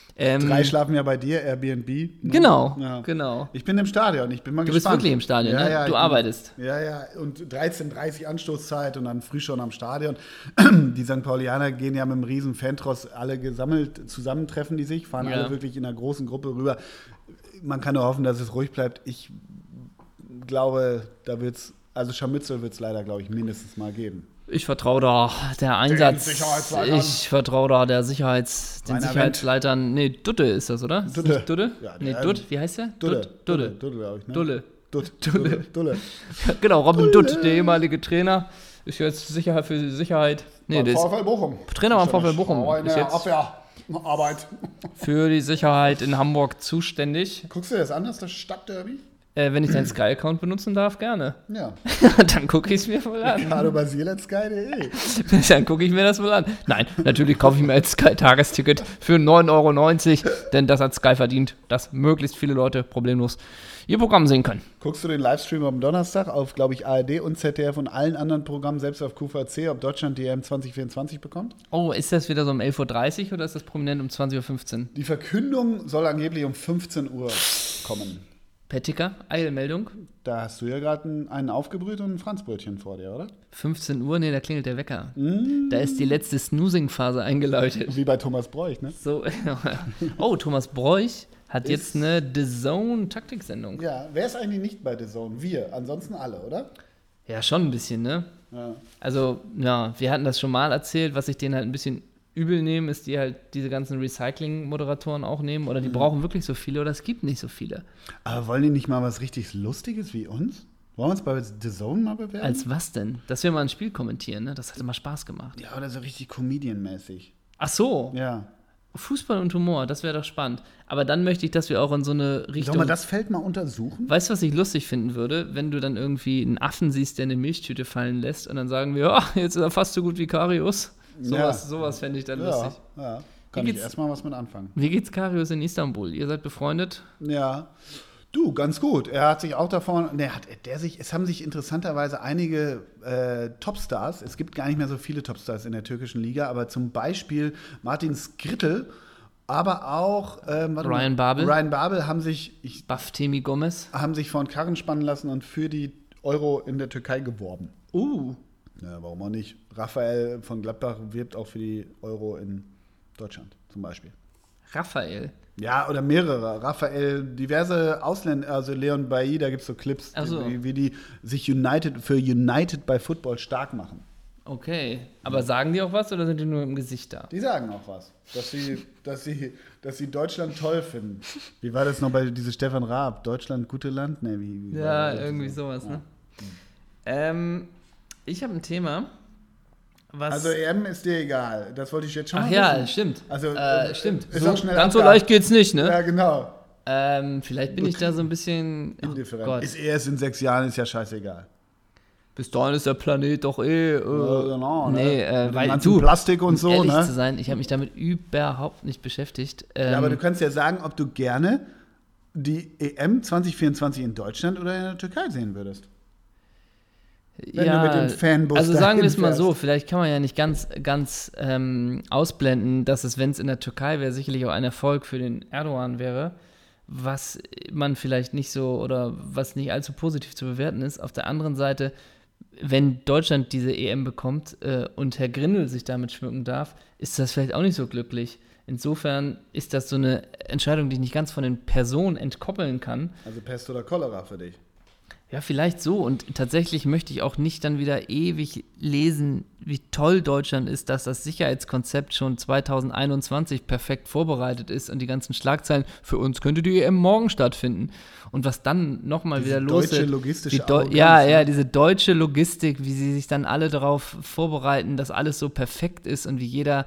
B: 3 schlafen ja bei dir, Airbnb. Ne?
A: Genau,
B: Ja.
A: genau.
B: Ich bin im Stadion, ich bin mal
A: Du
B: gespannt.
A: bist wirklich im Stadion,
B: Ja,
A: ne?
B: ja,
A: Du arbeitest.
B: Ja, und 13:30 Anstoßzeit und dann früh schon am Stadion. Die St. Paulianer gehen ja mit einem riesen Fantross alle gesammelt, zusammentreffen die sich, fahren alle wirklich in einer großen Gruppe rüber. Man kann nur hoffen, dass es ruhig bleibt. Ich glaube, also Scharmützel wird es leider, glaube ich, mindestens mal geben.
A: Ich vertraue da der Einsatz.
B: Sicherheitsleitern.
A: Ich vertraue da den
B: Rainer
A: Sicherheitsleitern. Nee, Dutte ist das, oder? Ist
B: Dutte.
A: nicht Dutte?
B: Ja,
A: Nee, Dutt, wie heißt der?
B: Dulle, glaube ich. Ne? Dulle.
A: Genau, Robin Dutt, der ehemalige Trainer, ist jetzt Sicherheit für Sicherheit. Nee, der ist
B: VfL Bochum.
A: Trainer beim VfL Bochum.
B: Aber in
A: Ist
B: der
A: jetzt
B: Abwehrarbeit.
A: für die Sicherheit in Hamburg zuständig.
B: Guckst du dir das an, das Stadtderby?
A: Wenn ich deinen Sky-Account benutzen darf, gerne.
B: Ja.
A: Dann gucke ich es mir wohl an.
B: Ricardo Basile, sky.de.
A: Dann gucke ich mir das wohl an. Nein, natürlich kaufe ich mir als Sky-Tagesticket für 9,90 €, denn das hat Sky verdient, dass möglichst viele Leute problemlos ihr Programm sehen können.
B: Guckst du den Livestream am Donnerstag auf, glaube ich, ARD und ZDF und allen anderen Programmen, selbst auf QVC, ob Deutschland die EM 2024 bekommt?
A: Oh, ist das wieder so um 11:30 Uhr oder ist das prominent um 20:15 Uhr?
B: Die Verkündung soll angeblich um 15 Uhr kommen.
A: Per Ticker, Eilmeldung.
B: Da hast du ja gerade einen aufgebrüht und ein Franzbrötchen vor dir, oder?
A: 15 Uhr, nee, da klingelt der Wecker. Da ist die letzte Snoozing-Phase eingeläutet.
B: Wie bei Thomas Bräuch, ne?
A: So, oh, Thomas Bräuch hat jetzt eine The Zone-Taktiksendung.
B: Ja, wer ist eigentlich nicht bei The Zone? Wir, ansonsten alle, oder?
A: Ja, schon ein bisschen, ne?
B: Ja.
A: Also, ja, wir hatten das schon mal erzählt, was ich denen halt ein bisschen übel nehme, ist, die halt diese ganzen Recycling-Moderatoren auch nehmen oder die brauchen wirklich so viele oder es gibt nicht so viele.
B: Aber wollen die nicht mal was richtig Lustiges wie uns? Wollen wir uns bei The Zone mal bewerben?
A: Als was denn? Dass wir mal ein Spiel kommentieren, ne? Das hat immer Spaß gemacht.
B: Ja, oder so richtig Comedian-mäßig.
A: Ach so,
B: Ja.
A: Fußball und Humor, das wäre doch spannend. Aber dann möchte ich, dass wir auch in so eine Richtung...
B: Sollen wir das Feld mal untersuchen?
A: Weißt du, was ich lustig finden würde? Wenn du dann irgendwie einen Affen siehst, der eine Milchtüte fallen lässt und dann sagen wir, ja, jetzt ist er fast so gut wie Karius. Sowas fände ich dann lustig.
B: Ja, kann ich erstmal was mit anfangen.
A: Wie geht's Karius in Istanbul? Ihr seid befreundet?
B: Ja. Du, ganz gut. Er hat sich auch davon, es haben sich interessanterweise einige Topstars, es gibt gar nicht mehr so viele Topstars in der türkischen Liga, aber zum Beispiel Martin Skrittel, aber auch
A: Ryan Babel
B: haben sich
A: Baftemi Gomez.
B: vor den Karren spannen lassen und für die Euro in der Türkei geworben. Ja, warum auch nicht? Raphael von Gladbach wirbt auch für die Euro in Deutschland zum Beispiel.
A: Raphael.
B: Ja, oder mehrere. Raphael, diverse Ausländer, also Leon Bailly, da gibt es so Clips,
A: Ach so.
B: wie die sich United bei Football stark machen.
A: Okay. Aber sagen die auch was oder sind die nur im Gesicht da?
B: Die sagen auch was, dass sie Deutschland toll finden. Wie war das noch bei diese Stefan Raab? Deutschland, gute Land? Nee, wie
A: Ja, irgendwie sowas, ne? Ich habe ein Thema, was...
B: Also EM ist dir egal, das wollte ich jetzt schon
A: Ach
B: mal
A: ja,
B: wissen.
A: stimmt.
B: Also,
A: stimmt.
B: ist
A: So,
B: auch schnell
A: ganz so
B: abgehakt.
A: leicht geht's nicht, ne?
B: Ja, genau.
A: Vielleicht bin ich da so ein bisschen...
B: Indifferent.
A: Gott.
B: Ist erst in 6 Jahren, ist ja scheißegal.
A: Bis dahin ist der Planet doch
B: Genau, ne?
A: Nee,
B: Mit dem
A: weil
B: ganzen
A: du,
B: Plastik und so,
A: um ehrlich
B: ne?
A: zu sein, ich habe mich damit überhaupt nicht beschäftigt.
B: Ja, aber du kannst ja sagen, ob du gerne die EM 2024 in Deutschland oder in der Türkei sehen würdest. Wenn du mit dem Fanbus
A: also sagen wir es
B: dahin
A: mal
B: fährst.
A: so, vielleicht kann man ja nicht ganz ausblenden, dass es, wenn es in der Türkei wäre, sicherlich auch ein Erfolg für den Erdogan wäre, was man vielleicht nicht so oder was nicht allzu positiv zu bewerten ist. Auf der anderen Seite, wenn Deutschland diese EM bekommt und Herr Grindel sich damit schmücken darf, ist das vielleicht auch nicht so glücklich. Insofern ist das so eine Entscheidung, die ich nicht ganz von den Personen entkoppeln kann.
B: Also Pest oder Cholera für dich.
A: Ja, vielleicht so. Und tatsächlich möchte ich auch nicht dann wieder ewig lesen, wie toll Deutschland ist, dass das Sicherheitskonzept schon 2021 perfekt vorbereitet ist und die ganzen Schlagzeilen, für uns könnte die EM morgen stattfinden. Und was dann nochmal wieder los ist.
B: Deutsche logistische
A: Diese deutsche Logistik, wie sie sich dann alle darauf vorbereiten, dass alles so perfekt ist und wie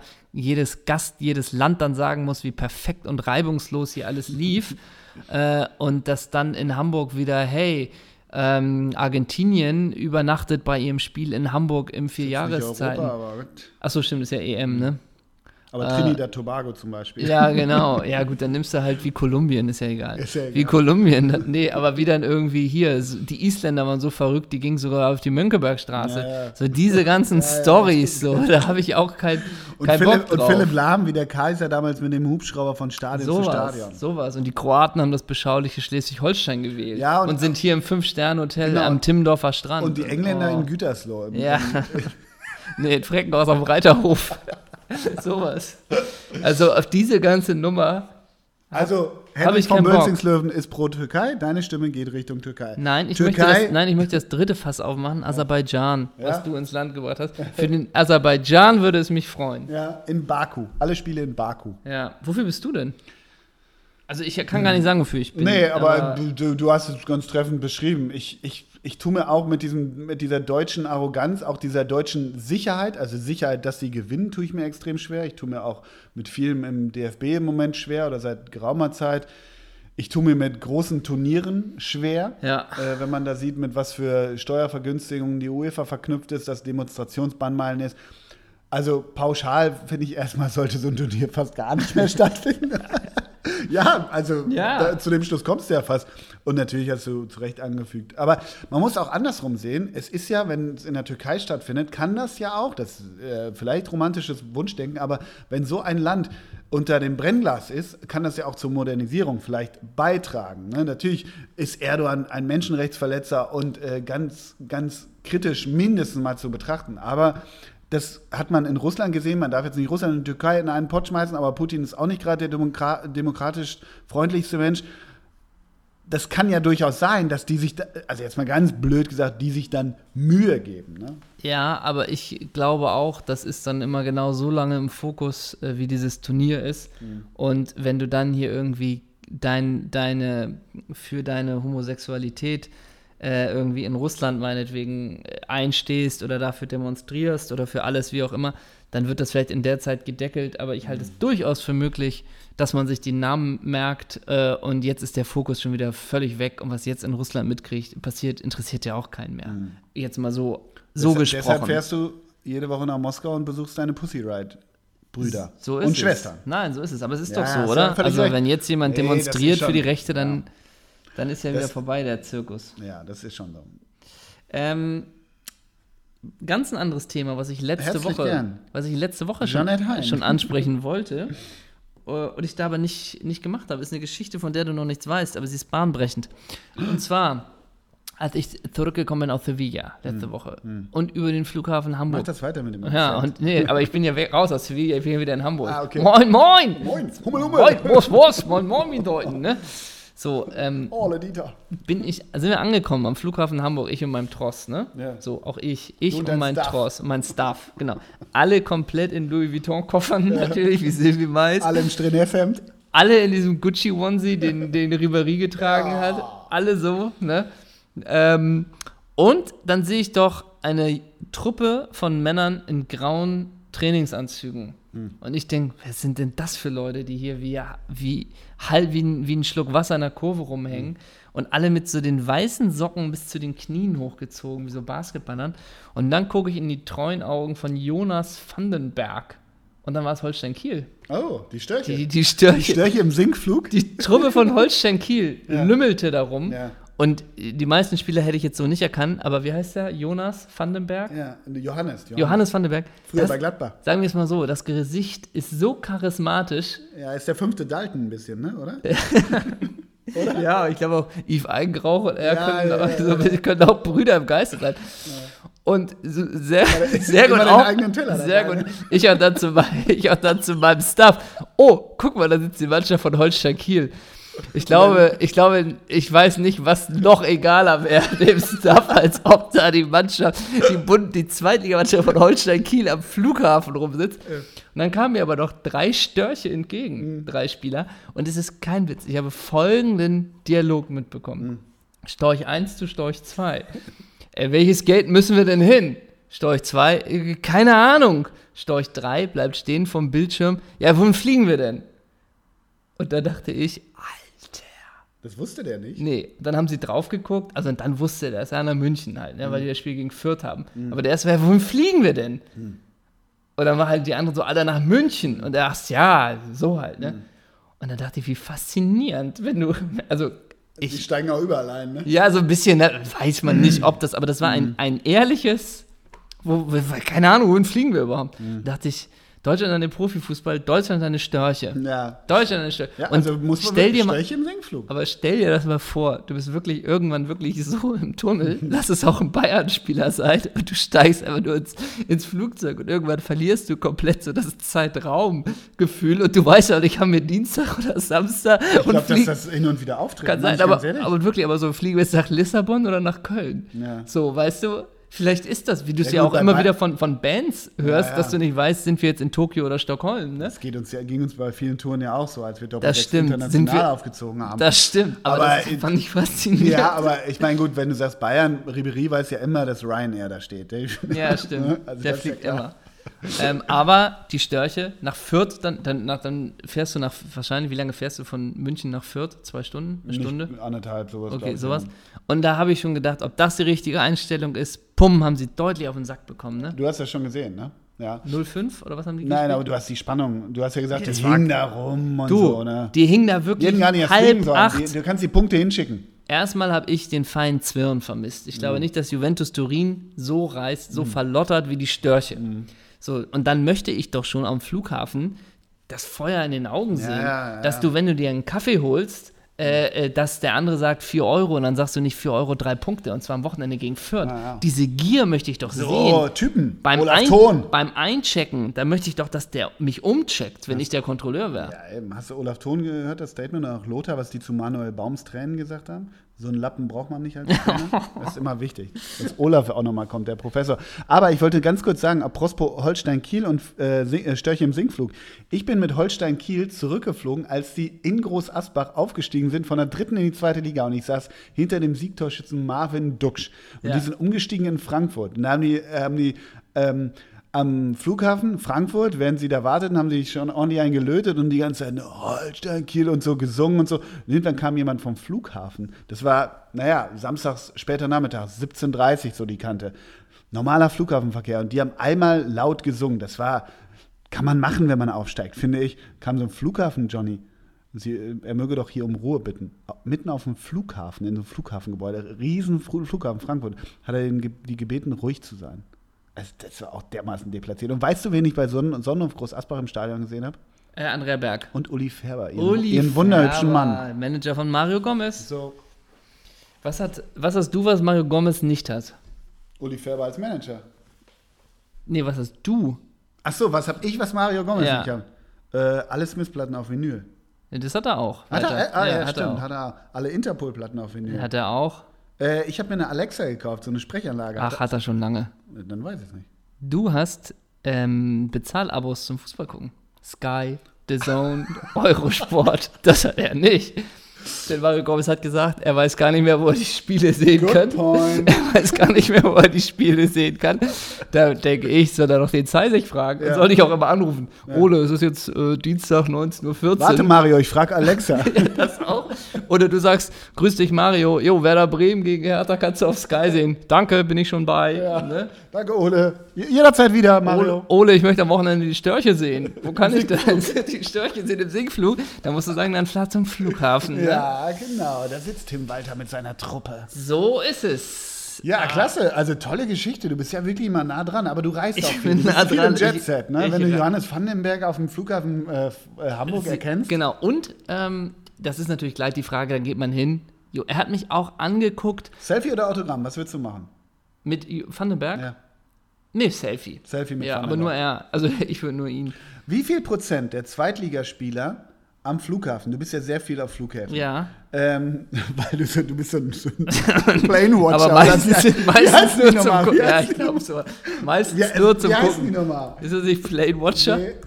A: jedes Land dann sagen muss, wie perfekt und reibungslos hier alles lief. Und dass dann in Hamburg wieder, hey, Argentinien übernachtet bei ihrem Spiel in Hamburg im Vierjahreszeit. Achso, stimmt, ist ja EM, ne?
B: Aber Trinidad Tobago zum Beispiel.
A: Ja, genau. Ja, gut, dann nimmst du halt wie Kolumbien, ist ja egal.
B: Ist ja egal.
A: Wie Kolumbien. Nee, aber wie dann irgendwie hier, die Isländer waren so verrückt, die gingen sogar auf die Mönckebergstraße.
B: Ja.
A: So diese ganzen Storys, so, da habe ich auch kein Bock drauf.
B: Und Philipp Lahm, wie der Kaiser damals mit dem Hubschrauber von Stadion zu Stadion.
A: Sowas. Und die Kroaten haben das beschauliche Schleswig-Holstein gewählt.
B: Ja,
A: und sind hier im 5-Sterne-Hotel
B: genau,
A: am Timmendorfer Strand.
B: Und die Engländer in Gütersloh.
A: Ja. Nee, in Freckenhaus auf dem Reiterhof. Sowas. Also auf diese ganze Nummer.
B: Also, Henrik von Bölzingslöwen ist pro Türkei, deine Stimme geht Richtung Türkei.
A: Nein, ich möchte das dritte Fass aufmachen, Aserbaidschan, was du ins Land gebracht hast. Für den Aserbaidschan würde es mich freuen.
B: Ja, in Baku. Alle Spiele in Baku.
A: Ja, wofür bist du denn? Also ich kann gar nicht sagen, wofür ich bin.
B: Nee, aber du hast es ganz treffend beschrieben. Ich tue mir auch mit dieser deutschen Arroganz, auch dieser deutschen Sicherheit, also Sicherheit, dass sie gewinnen, tue ich mir extrem schwer. Ich tue mir auch mit vielem im DFB im Moment schwer oder seit geraumer Zeit. Ich tue mir mit großen Turnieren schwer, wenn man da sieht, mit was für Steuervergünstigungen die UEFA verknüpft ist, dass Demonstrationsbannmeilen ist. Also pauschal finde ich erstmal, sollte so ein Turnier fast gar nicht mehr stattfinden. Ja, also zu dem Schluss kommst du ja fast. Und natürlich hast du zu Recht angefügt. Aber man muss auch andersrum sehen. Es ist ja, wenn es in der Türkei stattfindet, kann das ja auch, das vielleicht romantisches Wunschdenken, aber wenn so ein Land unter dem Brennglas ist, kann das ja auch zur Modernisierung vielleicht beitragen. Ne? Natürlich ist Erdogan ein Menschenrechtsverletzer und ganz, ganz kritisch mindestens mal zu betrachten. Aber das hat man in Russland gesehen. Man darf jetzt nicht Russland und die Türkei in einen Pott schmeißen, aber Putin ist auch nicht gerade der demokratisch freundlichste Mensch. Das kann ja durchaus sein, dass die sich, also jetzt mal ganz blöd gesagt, die sich dann Mühe geben. Ne?
A: Ja, aber ich glaube auch, das ist dann immer genau so lange im Fokus, wie dieses Turnier ist. Und wenn du dann hier irgendwie für deine Homosexualität irgendwie in Russland meinetwegen einstehst oder dafür demonstrierst oder für alles, wie auch immer, dann wird das vielleicht in der Zeit gedeckelt, aber ich halte es durchaus für möglich, dass man sich die Namen merkt und jetzt ist der Fokus schon wieder völlig weg und was jetzt in Russland passiert, interessiert ja auch keinen mehr. Jetzt mal so gesprochen.
B: Deshalb fährst du jede Woche nach Moskau und besuchst deine Pussy Riot Brüder
A: so ist
B: und
A: es.
B: Schwestern.
A: Nein, so ist es, aber es ist doch so, oder? Also wenn jetzt jemand demonstriert für die Rechte, dann ist ja wieder vorbei, der Zirkus.
B: Ja, das ist schon so.
A: Ganz ein anderes Thema, was ich letzte Woche schon ansprechen wollte und ich da aber nicht gemacht habe, ist eine Geschichte, von der du noch nichts weißt, aber sie ist bahnbrechend. Und zwar, als ich zurückgekommen bin aus Sevilla letzte Woche und über den Flughafen Hamburg.
B: Mach das weiter mit dem Akzent.
A: Ja, aber ich bin ja raus aus Sevilla, ich bin ja wieder in Hamburg.
B: Ah, okay.
A: Moin!
B: Moin! Hummel!
A: Moin, wie Deuten, ne? So, sind wir angekommen am Flughafen Hamburg, ich und meinem Tross, ne? Ja. So, auch ich und mein Tross, mein Staff, genau. Alle komplett in Louis Vuitton-Koffern, natürlich, wie Silvi Mais.
B: Alle im Strenef-Hemd.
A: Alle in diesem Gucci-Onesie, den Ribéry getragen hat. Alle so, ne? Und dann sehe ich doch eine Truppe von Männern in grauen Trainingsanzügen. Und ich denke, wer sind denn das für Leute, die hier wie ein Schluck Wasser in der Kurve rumhängen und alle mit so den weißen Socken bis zu den Knien hochgezogen, wie so Basketballern. Und dann gucke ich in die treuen Augen von Jonas Vandenberg. Und dann war es Holstein Kiel.
B: Oh, die Störche.
A: Die Störche.
B: Die Störche im Sinkflug.
A: Die Truppe von Holstein Kiel lümmelte darum. Ja. Und die meisten Spieler hätte ich jetzt so nicht erkannt, aber wie heißt der? Jonas Vandenberg?
B: Ja,
A: Johannes Vandenberg.
B: Früher bei Gladbach.
A: Sagen wir es mal so, das Gesicht ist so charismatisch.
B: Ja, ist der 5. Dalton ein bisschen, ne, oder?
A: Oder? Ja, ich glaube auch Yves Eigenrauch und er können auch Brüder im Geiste sein. Ja. Und sehr gut auch. Sehr gut. Ich auch dann zu meinem Staff. Oh, guck mal, da sitzt die Mannschaft von Holstein Kiel. Ich glaube, ich weiß nicht, was noch egaler wäre dem Staff, als ob da die Mannschaft, die Zweitligamannschaft von Holstein Kiel am Flughafen rumsitzt. Ja. Und dann kamen mir aber noch 3 Störche entgegen, 3 Spieler. Und es ist kein Witz. Ich habe folgenden Dialog mitbekommen. Storch 1 zu Storch 2. Welches Gate müssen wir denn hin? Storch 2, keine Ahnung. Storch 3 bleibt stehen vom Bildschirm. Ja, wohin fliegen wir denn? Und da dachte ich,
B: das wusste der nicht?
A: Nee, dann haben sie drauf geguckt, also dann wusste der, ist ja nach München halt, ne, weil die das Spiel gegen Fürth haben. Aber der erste war, wohin fliegen wir denn? Und dann war halt die andere so, Alter, nach München. Und er dachte, ja, so halt, ne? Und dann dachte ich, wie faszinierend, wenn du, also
B: Die steigen auch überall ein, ne?
A: ja, so ein bisschen, ne, weiß man nicht, ob das, aber das war ein ehrliches, keine Ahnung, wohin fliegen wir überhaupt? Da dachte ich, Deutschland an den Profifußball, Deutschland an eine Störche.
B: Ja.
A: Deutschland an eine Störche.
B: Ja,
A: und
B: also muss man
A: stell dir mal,
B: Störche im Sinkflug.
A: aber stell dir das mal vor, du bist wirklich irgendwann wirklich so im Tunnel, lass es auch ein Bayern-Spieler sein, und du steigst einfach nur ins Flugzeug und irgendwann verlierst du komplett so das Zeitraumgefühl und du weißt ja, ich habe mir Dienstag oder Samstag
B: Ich glaube, dass das hin und wieder auftritt.
A: kann sein, aber wirklich, aber so fliegen wir jetzt nach Lissabon oder nach Köln.
B: Ja.
A: So, weißt du, vielleicht ist das, wie du es
B: Ja,
A: ja
B: gut,
A: auch immer
B: bei-
A: wieder von Bands hörst,
B: Ja.
A: dass du nicht weißt, sind wir jetzt in Tokio oder Stockholm, ne?
B: Das ging uns bei vielen Touren ja auch so, als wir
A: Das
B: Doppel-6
A: stimmt. Sind
B: international
A: wir-
B: aufgezogen haben.
A: Das stimmt, aber das fand ich faszinierend.
B: Ja, aber ich meine, gut, wenn du sagst Bayern, Ribéry weiß ja immer, dass Ryanair da steht.
A: Ja, stimmt.
B: Also
A: Der
B: das ist ja
A: fliegt
B: klar.
A: immer. Aber die Störche, nach Fürth, dann fährst du wahrscheinlich, wie lange fährst du von München nach Fürth? 2 Stunden? Eine Stunde?
B: Nicht anderthalb, sowas. glaub
A: Okay,
B: ich,
A: sowas.
B: ja.
A: Und da habe ich schon gedacht, ob das die richtige Einstellung ist. Pum, haben sie deutlich auf den Sack bekommen, ne?
B: Du hast das schon gesehen, ne? Ja.
A: 0,5 oder was haben die
B: Nein,
A: gespielt?
B: aber du hast die Spannung. Du hast ja gesagt,
A: Ja,
B: die
A: das war-
B: hingen da rum und
A: Du,
B: so, ne?
A: die hingen da
B: Die
A: wirklich
B: hätten gar nicht erst fliegen sollen.
A: 7:30.
B: Du kannst die Punkte hinschicken.
A: Erstmal habe ich den feinen Zwirn vermisst. Ich
B: Mhm.
A: glaube nicht, dass Juventus Turin so reißt, so verlottert wie die Störche. So, und dann möchte ich doch schon am Flughafen das Feuer in den Augen sehen.
B: ja,
A: dass
B: ja.
A: du, wenn du dir einen Kaffee holst, dass der andere sagt 4 Euro und dann sagst du nicht 4 Euro 3 Punkte und zwar am Wochenende gegen Fürth.
B: Ja.
A: Diese Gier möchte ich doch
B: So,
A: sehen.
B: Typen.
A: Beim,
B: Olaf Thon.
A: beim Einchecken, da möchte ich doch, dass der mich umcheckt, wenn ich der Kontrolleur wäre.
B: Ja, eben. Hast du Olaf Thon gehört, das Statement, oder auch Lothar, was die zu Manuel Baums Tränen gesagt haben? So einen Lappen braucht man nicht als Trainer. Das ist immer wichtig. Dass Olaf auch nochmal kommt, der Professor. Aber ich wollte ganz kurz sagen, apropos Holstein-Kiel und Störche im Sinkflug. Ich bin mit Holstein-Kiel zurückgeflogen, als die in Groß-Asbach aufgestiegen sind, von der 3. in die 2. Liga. Und ich saß hinter dem Siegtorschützen Marvin Duksch. Und
A: Ja.
B: die sind umgestiegen in Frankfurt. Und da haben die am Flughafen Frankfurt, während sie da warteten, haben sie schon ordentlich einen gelötet und die ganze Zeit Holstein, Kiel und so gesungen und so. Und irgendwann kam jemand vom Flughafen. Das war, samstags, später Nachmittag, 17:30 so die Kante. Normaler Flughafenverkehr. Und die haben einmal laut gesungen. Das war, kann man machen, wenn man aufsteigt, finde ich. Kam so ein Flughafen-Johnny. Er möge doch hier um Ruhe bitten. Mitten auf dem Flughafen, in so einem Flughafengebäude, riesen Flughafen Frankfurt, hat er die gebeten, ruhig zu sein. Also das war auch dermaßen deplatziert. Und weißt du, wen ich bei Sonnenhof Groß-Asbach im Stadion gesehen habe?
A: Andrea Berg.
B: Und Uli Färber, ihren wunderhübschen Mann.
A: Manager von Mario Gomez.
B: So,
A: Was hast du, was Mario Gomez nicht hat?
B: Uli Färber als Manager.
A: Nee, was hast du?
B: Ach so, was habe ich, was Mario Gomez
A: Ja.
B: nicht hat? Alle Smith-Platten auf Vinyl.
A: Ja, das hat er auch.
B: Hat er? Ja,
A: hat
B: stimmt.
A: er auch.
B: Hat er alle Interpol-Platten auf Vinyl.
A: Hat er auch.
B: Ich habe mir eine Alexa gekauft, so eine Sprechanlage.
A: Ach, hat er schon lange.
B: Dann weiß ich es nicht.
A: Du hast Bezahlabos zum Fußball gucken. Sky, The Zone, Eurosport. Das hat er nicht. Denn Mario Gomez hat gesagt, er weiß gar nicht mehr, wo er die Spiele sehen
B: Good
A: kann.
B: point.
A: Er weiß gar nicht mehr, wo er die Spiele sehen kann. Da denke ich, soll er doch den Zeisig fragen.
B: Ja.
A: Und soll ich auch immer anrufen. Ole, es ist jetzt Dienstag 19:14 Uhr.
B: Warte, Mario, ich frage Alexa.
A: Das auch. Oder du sagst, grüß dich Mario, jo, Werder Bremen gegen Hertha kannst du auf Sky sehen. Danke, bin ich schon bei.
B: Ja.
A: Ne?
B: Danke, Ole. Jederzeit wieder, Mario.
A: Ole, ich möchte am Wochenende die Störche sehen. Wo kann ich das? Die Störche sind im Sinkflug. Da musst du sagen, dann fahr zum Flughafen. Ne?
B: Ja, genau. Da sitzt Tim Walter mit seiner Truppe.
A: So ist es.
B: Ja, klasse. Also tolle Geschichte. Du bist ja wirklich immer nah dran, aber du reist auch viel.
A: bin
B: Du bist
A: nah
B: viel
A: dran.
B: im Jetset, ne?
A: Ich-
B: Wenn du
A: ich-
B: Johannes Vandenberg auf dem Flughafen Hamburg erkennst.
A: Genau. Und das ist natürlich gleich die Frage, da geht man hin. Jo, er hat mich auch angeguckt
B: Selfie oder Autogramm? Was willst du machen?
A: mit Vandenberg.
B: Ja.
A: Nee, Selfie.
B: Selfie mit
A: Ja, aber
B: Vandenberg.
A: nur er. Also ich würde nur ihn.
B: Wie viel Prozent der Zweitligaspieler am Flughafen, du bist ja sehr viel auf Flughäfen,
A: Ja.
B: weil du bist so ein Plane-Watcher.
A: Aber meistens,
B: heißen die
A: nur zum
B: nochmal?
A: Gucken.
B: Wie
A: Ja,
B: heißen
A: ich glaube so. Meistens
B: Ja,
A: nur zum
B: wie heißen die
A: Gucken.
B: nochmal?
A: Ist das nicht Plane Watcher?
B: Nee,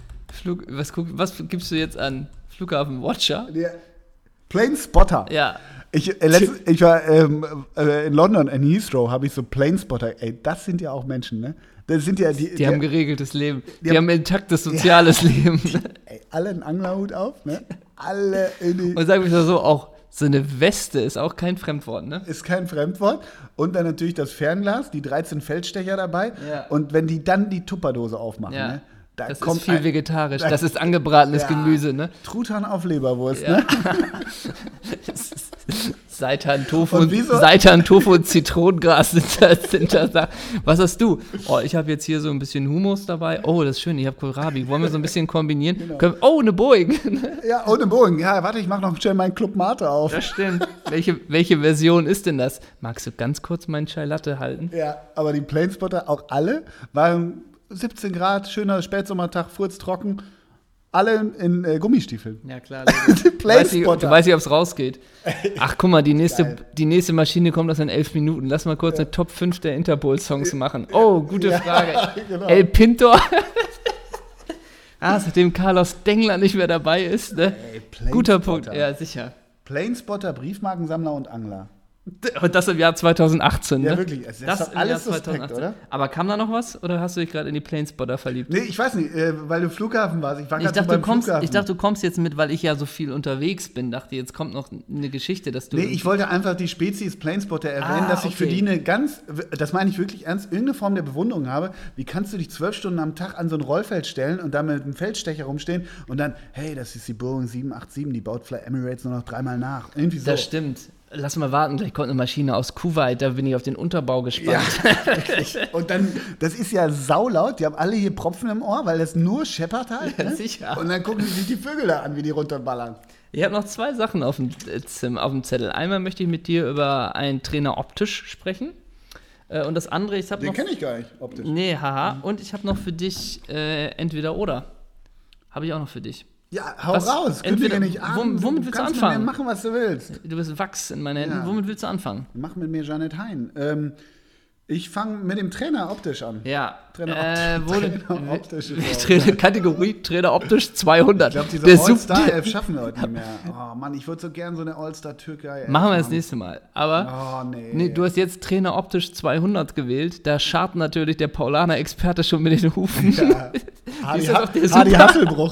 A: Was gibst du jetzt an? Flughafen Watcher?
B: der Plane-Spotter.
A: Ja.
B: Ich war in London, in Heathrow, habe ich so Planespotter. Ey, das sind ja auch Menschen, ne? Das sind ja
A: Die haben geregeltes Leben. Die
B: haben-
A: haben ein intaktes soziales Leben.
B: ey, alle einen Anglerhut auf, ne? Alle in die.
A: Und sagen wir so, auch So eine Weste ist auch kein Fremdwort, ne?
B: Ist kein Fremdwort. Und dann natürlich das Fernglas, die 13 Feldstecher dabei.
A: Ja.
B: Und wenn die dann die Tupperdose aufmachen,
A: Ja.
B: ne? Da
A: Das
B: kommt
A: ist viel vegetarisch. Das ist angebratenes Gemüse, ne?
B: Truthahn auf Leberwurst,
A: Ja.
B: ne?
A: Seitan, Tofu,
B: Und wieso?
A: Seitan, Tofu und Zitronengras sind da. Was hast du? Oh, ich habe jetzt hier so ein bisschen Hummus dabei. Oh, das ist schön, ich habe Kohlrabi. Wollen wir so ein bisschen kombinieren?
B: Genau.
A: Oh, eine Boeing.
B: Ja, ohne Bogen. Ja, warte, ich mache noch schnell meinen Club Mate auf.
A: Das stimmt. Welche Version ist denn das? Magst du ganz kurz meinen Chai Latte halten?
B: Ja, aber die Planespotter, auch alle, waren 17 Grad, schöner Spätsommertag, furztrocken. Alle in Gummistiefeln.
A: Ja, klar.
B: Die Planespotter.
A: Du weißt nicht, ob es rausgeht. Ach, guck mal, die nächste Maschine kommt aus in 11 Minuten. Lass mal kurz eine Top 5 der Interpol-Songs machen. Oh, gute Frage.
B: Genau.
A: El Pintor. Seitdem Carlos Dengler nicht mehr dabei ist. Ne?
B: Ey,
A: Guter Punkt.
B: Planespotter.
A: Ja, sicher.
B: Planespotter, Briefmarkensammler und Angler.
A: Und das im Jahr 2018, ne?
B: Ja, wirklich. Das ist doch
A: im
B: alles
A: Jahr
B: suspekt, oder?
A: Aber kam da noch was? Oder hast du dich gerade in die Planespotter verliebt?
B: Nee, ich weiß nicht, weil du Flughafen warst. Ich war gerade so beim Flughafen.
A: Ich dachte, du kommst jetzt mit, weil ich ja so viel unterwegs bin. Dachte, jetzt kommt noch eine Geschichte, dass du...
B: Nee, ich wollte einfach die Spezies Planespotter erwähnen, dass ich für
A: okay.
B: die eine ganz, das meine ich wirklich ernst, irgendeine Form der Bewunderung habe. Wie kannst du dich 12 Stunden am Tag an so ein Rollfeld stellen und da mit einem Feldstecher rumstehen und dann, hey, das ist die Boeing 787, die baut Fly Emirates nur noch 3-mal nach. Irgendwie so.
A: Das stimmt. Lass mal warten, gleich kommt eine Maschine aus Kuwait, da bin ich auf den Unterbau gespannt.
B: Ja, und dann, das ist ja saulaut, die haben alle hier Propfen im Ohr, weil das nur scheppert halt.
A: Ja,
B: Ne?
A: sicher.
B: Und dann gucken sich die Vögel da an, wie die runterballern.
A: Ich habe noch 2 Sachen auf dem Zettel. Einmal möchte ich mit dir über einen Trainer optisch sprechen. Und das andere, ich habe
B: Den
A: noch...
B: kenne ich gar nicht, optisch.
A: Nee, haha. Und ich habe noch für dich entweder oder. Habe ich auch noch für dich.
B: Ja, hau
A: Was?
B: raus, kündige
A: Entweder-
B: nicht an.
A: womit willst du
B: kannst
A: anfangen?
B: Mit mir machen, was du willst.
A: Du bist Wachs in meinen Händen.
B: Ja.
A: Womit willst du anfangen?
B: Mach mit mir Janet Hein. Ich fange mit dem Trainer optisch an.
A: Ja.
B: Trainer optisch.
A: Kategorie Trainer optisch 200.
B: Ich glaube, diese
A: Der
B: All-Star-Elf schaffen wir heute nicht mehr. Oh Mann, ich würde so gern so eine All-Star-Türkei.
A: Machen wir das nächste Mal. Aber nee, du hast jetzt Trainer optisch 200 gewählt. Da scharrt natürlich der Paulaner-Experte schon mit den Hufen.
B: Ja.
A: Ist das doch der
B: Hardy
A: Super-
B: Hasselbruch.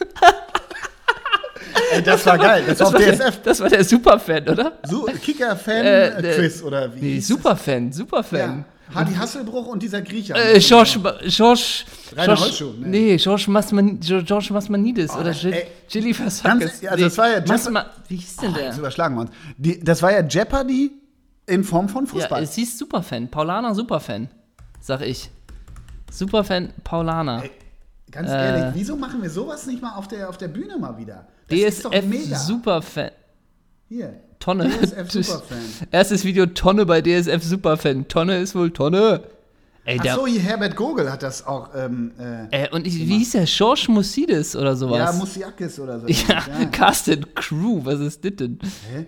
B: Ey, das war geil. Das war auf DSF.
A: Das war der Superfan, oder?
B: So, Kicker-Fan-Quiz oder wie?
A: Nee,
B: hieß das?
A: Superfan.
B: Ja. Hardy Hasselbruch und dieser Griecher.
A: Rainer
B: Holzschuh,
A: Nee, George Masmanidis oder
B: ey.
A: Jilly Versakis.
B: Also das war ja
A: Wie hieß denn der?
B: Jetzt überschlagen wir uns. Das war ja Jeopardy in Form von
A: Ja,
B: Fußball.
A: es hieß Superfan. Paulaner Superfan, sag ich. Superfan Paulaner.
B: Ey, ganz ehrlich, wieso machen wir sowas nicht mal auf der Bühne mal wieder? Das ist doch
A: DSF
B: mega.
A: Superfan.
B: Hier.
A: Tonne.
B: DSF Superfan.
A: Erstes Video Tonne bei DSF Superfan. Tonne ist wohl Tonne. Ey,
B: Ach so, hier Herbert Gogel hat das auch.
A: wie hieß der? George Musidis oder sowas?
B: Ja, Musiakis oder so.
A: Ja, Casted Crew, was ist das denn?
B: Hä?